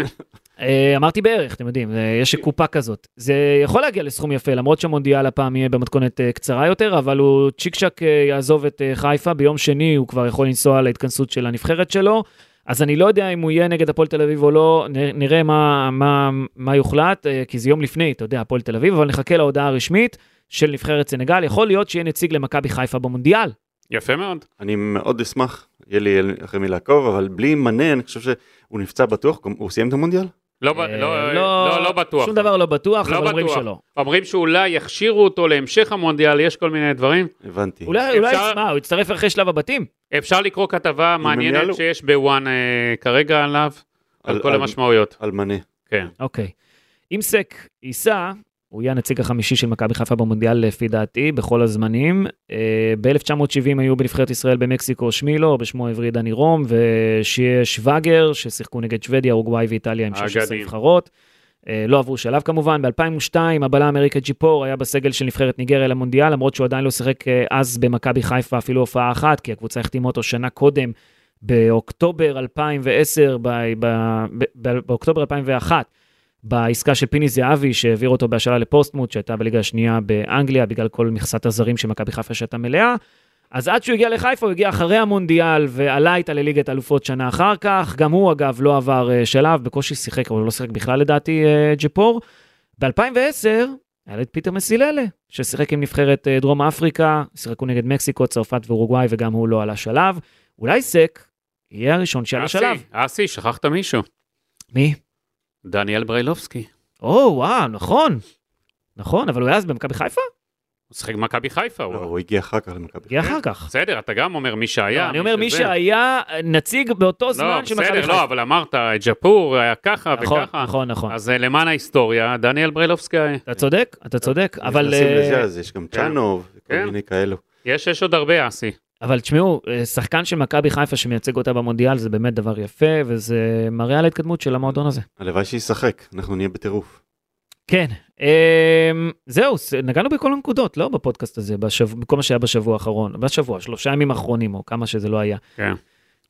אמרתי בערך, אתם יודעים, יש קופה כזאת. זה יכול להגיע לסכום יפה, למרות שהמונדיאל הפעם יהיה במתכונת קצרה יותר, אבל הוא צ'יק-צ'ק יעזוב את חיפה, ביום שני הוא כבר יכול לנסוע להתכנסות של הנבחרת שלו, אז אני לא יודע אם הוא יהיה נגד הפועל תל אביב או לא, נראה מה, מה, מה יוחלט, כי זה יום לפני, אתה יודע, הפועל תל אביב, אבל נחכה להודעה הרשמית של נבחרת סנגל, יכול להיות שיהיה נציג למכבי חיפה במונדיאל. יפה מאוד. אני מאוד אשמח, יהיה לי אחרי מי לעקוב, אבל בלי מנה, אני חושב שהוא נפצע בטוח, הוא סיים את המונדיאל? לא, לא, לא, לא בטוח. שום דבר לא בטוח, אבל אומרים שלא. אומרים שאולי יכשירו אותו להמשך המונדיאל, יש כל מיני דברים. הבנתי. אולי, אולי, מה, הוא יצטרף אחרי שלב הבתים? אפשר לקרוא כתבה מעניינת שיש בוואן כרגע עליו, על כל המשמעויות. על מנה. כן. אוקיי. אם סק ייסע, הוא יהיה הנציג החמישי של מכבי חיפה במונדיאל לפי דעתי, בכל הזמנים. ב-אלף תשע מאות שבעים היו בנבחרת ישראל במקסיקו שמילו, בשמו העברי דני רום, ושיש וגר, ששיחקו נגד שוודיה, אורוגוואי ואיטליה עם שש עשרה נבחרות. לא עברו שלב כמובן. ב-אלפיים ושתיים הבלם אמריקה ג'יפור היה בסגל של נבחרת ניגריה למונדיאל, למרות שהוא עדיין לא שיחק אז במכבי חיפה, אפילו הופעה אחת, כי הקבוצה החתימה אותו שנה קודם, באוקטובר אלפיים ועשר, באוקטובר אלפיים ואחת, בעסקה של פיני זהבי, שהעביר אותו בהשאלה לפוסטמוט, שהייתה בליגה השנייה באנגליה, בגלל כל מכסת הזרים שמכבי חיפה שהייתה מלאה. אז עד שהוא הגיע לחיפה, הוא הגיע אחרי המונדיאל, ועלה איתה לליגת אלופות שנה אחר כך. גם הוא, אגב, לא עבר שלב, בקושי שיחק, אבל הוא לא שיחק בכלל לדעתי ג'פור. ב-אלפיים ועשר, היה את פיטר מסיללה, ששיחק עם נבחרת דרום אפריקה, שיחקו נגד מקסיקו, צרפת ואורוגוואי, וגם הוא לא עלה שלב. אולי סק יהיה הראשון שעלה שלב. אסי, שכחת מישהו. מי? דניאל בריילובסקי. או, וואו, נכון. נכון, אבל הוא היה אז במכבי חיפה? הוא שחק במכבי חיפה. לא, הוא הגיע אחר כך למכבי חיפה. הגיע אחר כך. בסדר, אתה גם אומר מי שהיה. אני אומר מי שהיה נציג באותו זמן של מכבי חיפה. בסדר, לא, אבל אמרת, ג'פור היה ככה וככה. נכון, נכון. אז למען ההיסטוריה, דניאל בריילובסקי. אתה צודק, אתה צודק, אבל... נכנסים לזה, אז יש גם צ'אנוב, וכל מיני כאלו. יש, יש עוד הרבה, אסי. אבל תשמעו, שחקן של מכבי חיפה שמייצג אותה במונדיאל, זה באמת דבר יפה, וזה מראה על ההתקדמות של המועדון הזה. הלוואי שישחק, אנחנו נהיה בטירוף. כן, זהו, נגענו בכל הנקודות, לא בפודקאסט הזה, בכל מה שהיה בשבוע האחרון, בשבוע, שלושה ימים האחרונים, או כמה שזה לא היה. כן.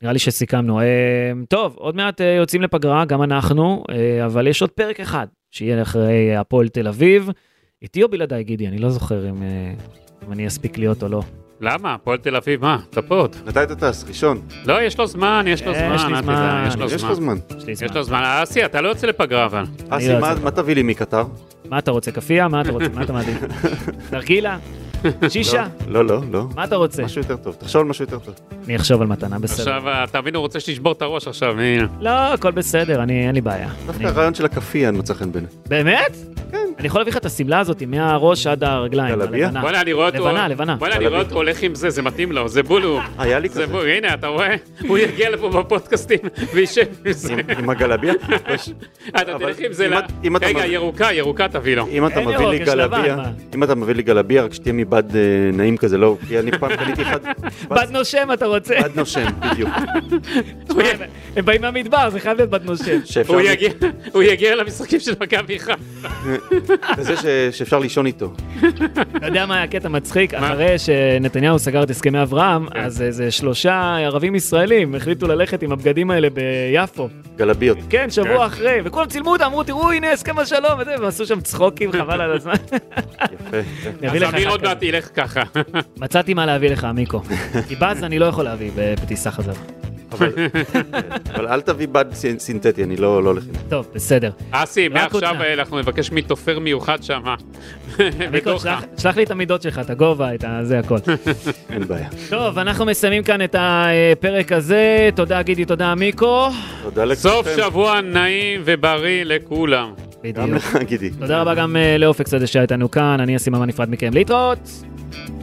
נראה לי שסיכמנו. טוב, עוד מעט יוצאים לפגרה, גם אנחנו, אבל יש עוד פרק אחד, שיהיה אחרי הפועל תל אביב. איתי או בלעדיי, גידי? אני לא זוכר אם, אם אני אספיק להיות או לא. למה? הפועל תל אביב, מה? תפות. מתי אתה טס? ראשון? לא, יש לו זמן, יש לו זמן. יש לי זמן. יש לו זמן. יש לו זמן. אסי, אתה לא יוצא לפגרה, אבל. אסי, מה תביא לי מקטר? מה אתה רוצה? קפייה? מה אתה רוצה? מה אתה מעדיף? נרגילה? שישה? לא, לא, לא. מה אתה רוצה? משהו יותר טוב. תחשוב על משהו יותר טוב. אני אחשוב על מתנה, בסדר. עכשיו, אתה מבין, הוא רוצה שתשבור את הראש עכשיו. לא, הכל בסדר, אין לי בעיה. דווקא הרעיון של הקפייה מצא חן בעיניי. באמת? כן. אני יכול להביא לך את הסמלה הזאת מהראש עד הרגליים. גלביה? בוא'נה, אני רואה אותו. לבנה, לבנה. בוא'נה, אני רואה אותו הולך עם זה, זה מתאים לו, זה בולו. היה לי כזה. הנה, אתה רואה? הוא יגיע לפה בפודקאסטים וישב עם זה. עם הגלביה? אתה תלך עם זה, רגע, ירוקה, ירוקה תביא לו. אם אתה מביא לי גלביה, אם אתה מביא לי גלביה, רק שתהיה מבד נעים כזה, לא, כי אני פעם קניתי אחד... בד נושם אתה רוצה? בד נושם, בדיוק. הם באים מהמדבר, זה חייב להיות בד נושם. הוא יגיע למשחקים של מכבי חיפה. וזה שאפשר לישון איתו. אתה יודע מה היה קטע מצחיק? אחרי שנתניהו סגר את הסכמי אברהם, אז איזה שלושה ערבים ישראלים החליטו ללכת עם הבגדים האלה ביפו. גלביות. כן, שבוע אחרי, וכולם צילמו אותם, אמרו, תראו, הנה הסכם השלום, והם עשו שם צחוקים, חבל על הזמן. יפה. אז אמיר עוד מעט ילך ככה. מצאתי מה להביא לך, מיקו. כי באז אני לא יכול להביא בטיסה חזרה. אבל אל תביא בד סינתטי, אני לא הולך עם זה. טוב, בסדר. אסי, מעכשיו אנחנו נבקש מתופר מיוחד שם. מיקו, שלח לי את המידות שלך, את הגובה, את זה, הכל. אין בעיה. טוב, אנחנו מסיימים כאן את הפרק הזה. תודה גידי, תודה מיקו. תודה לכם. סוף שבוע נעים ובריא לכולם. גם לך גידי. תודה רבה גם לאופק שדה שהייתנו כאן. אני אשים מה נפרד מכם. להתראות.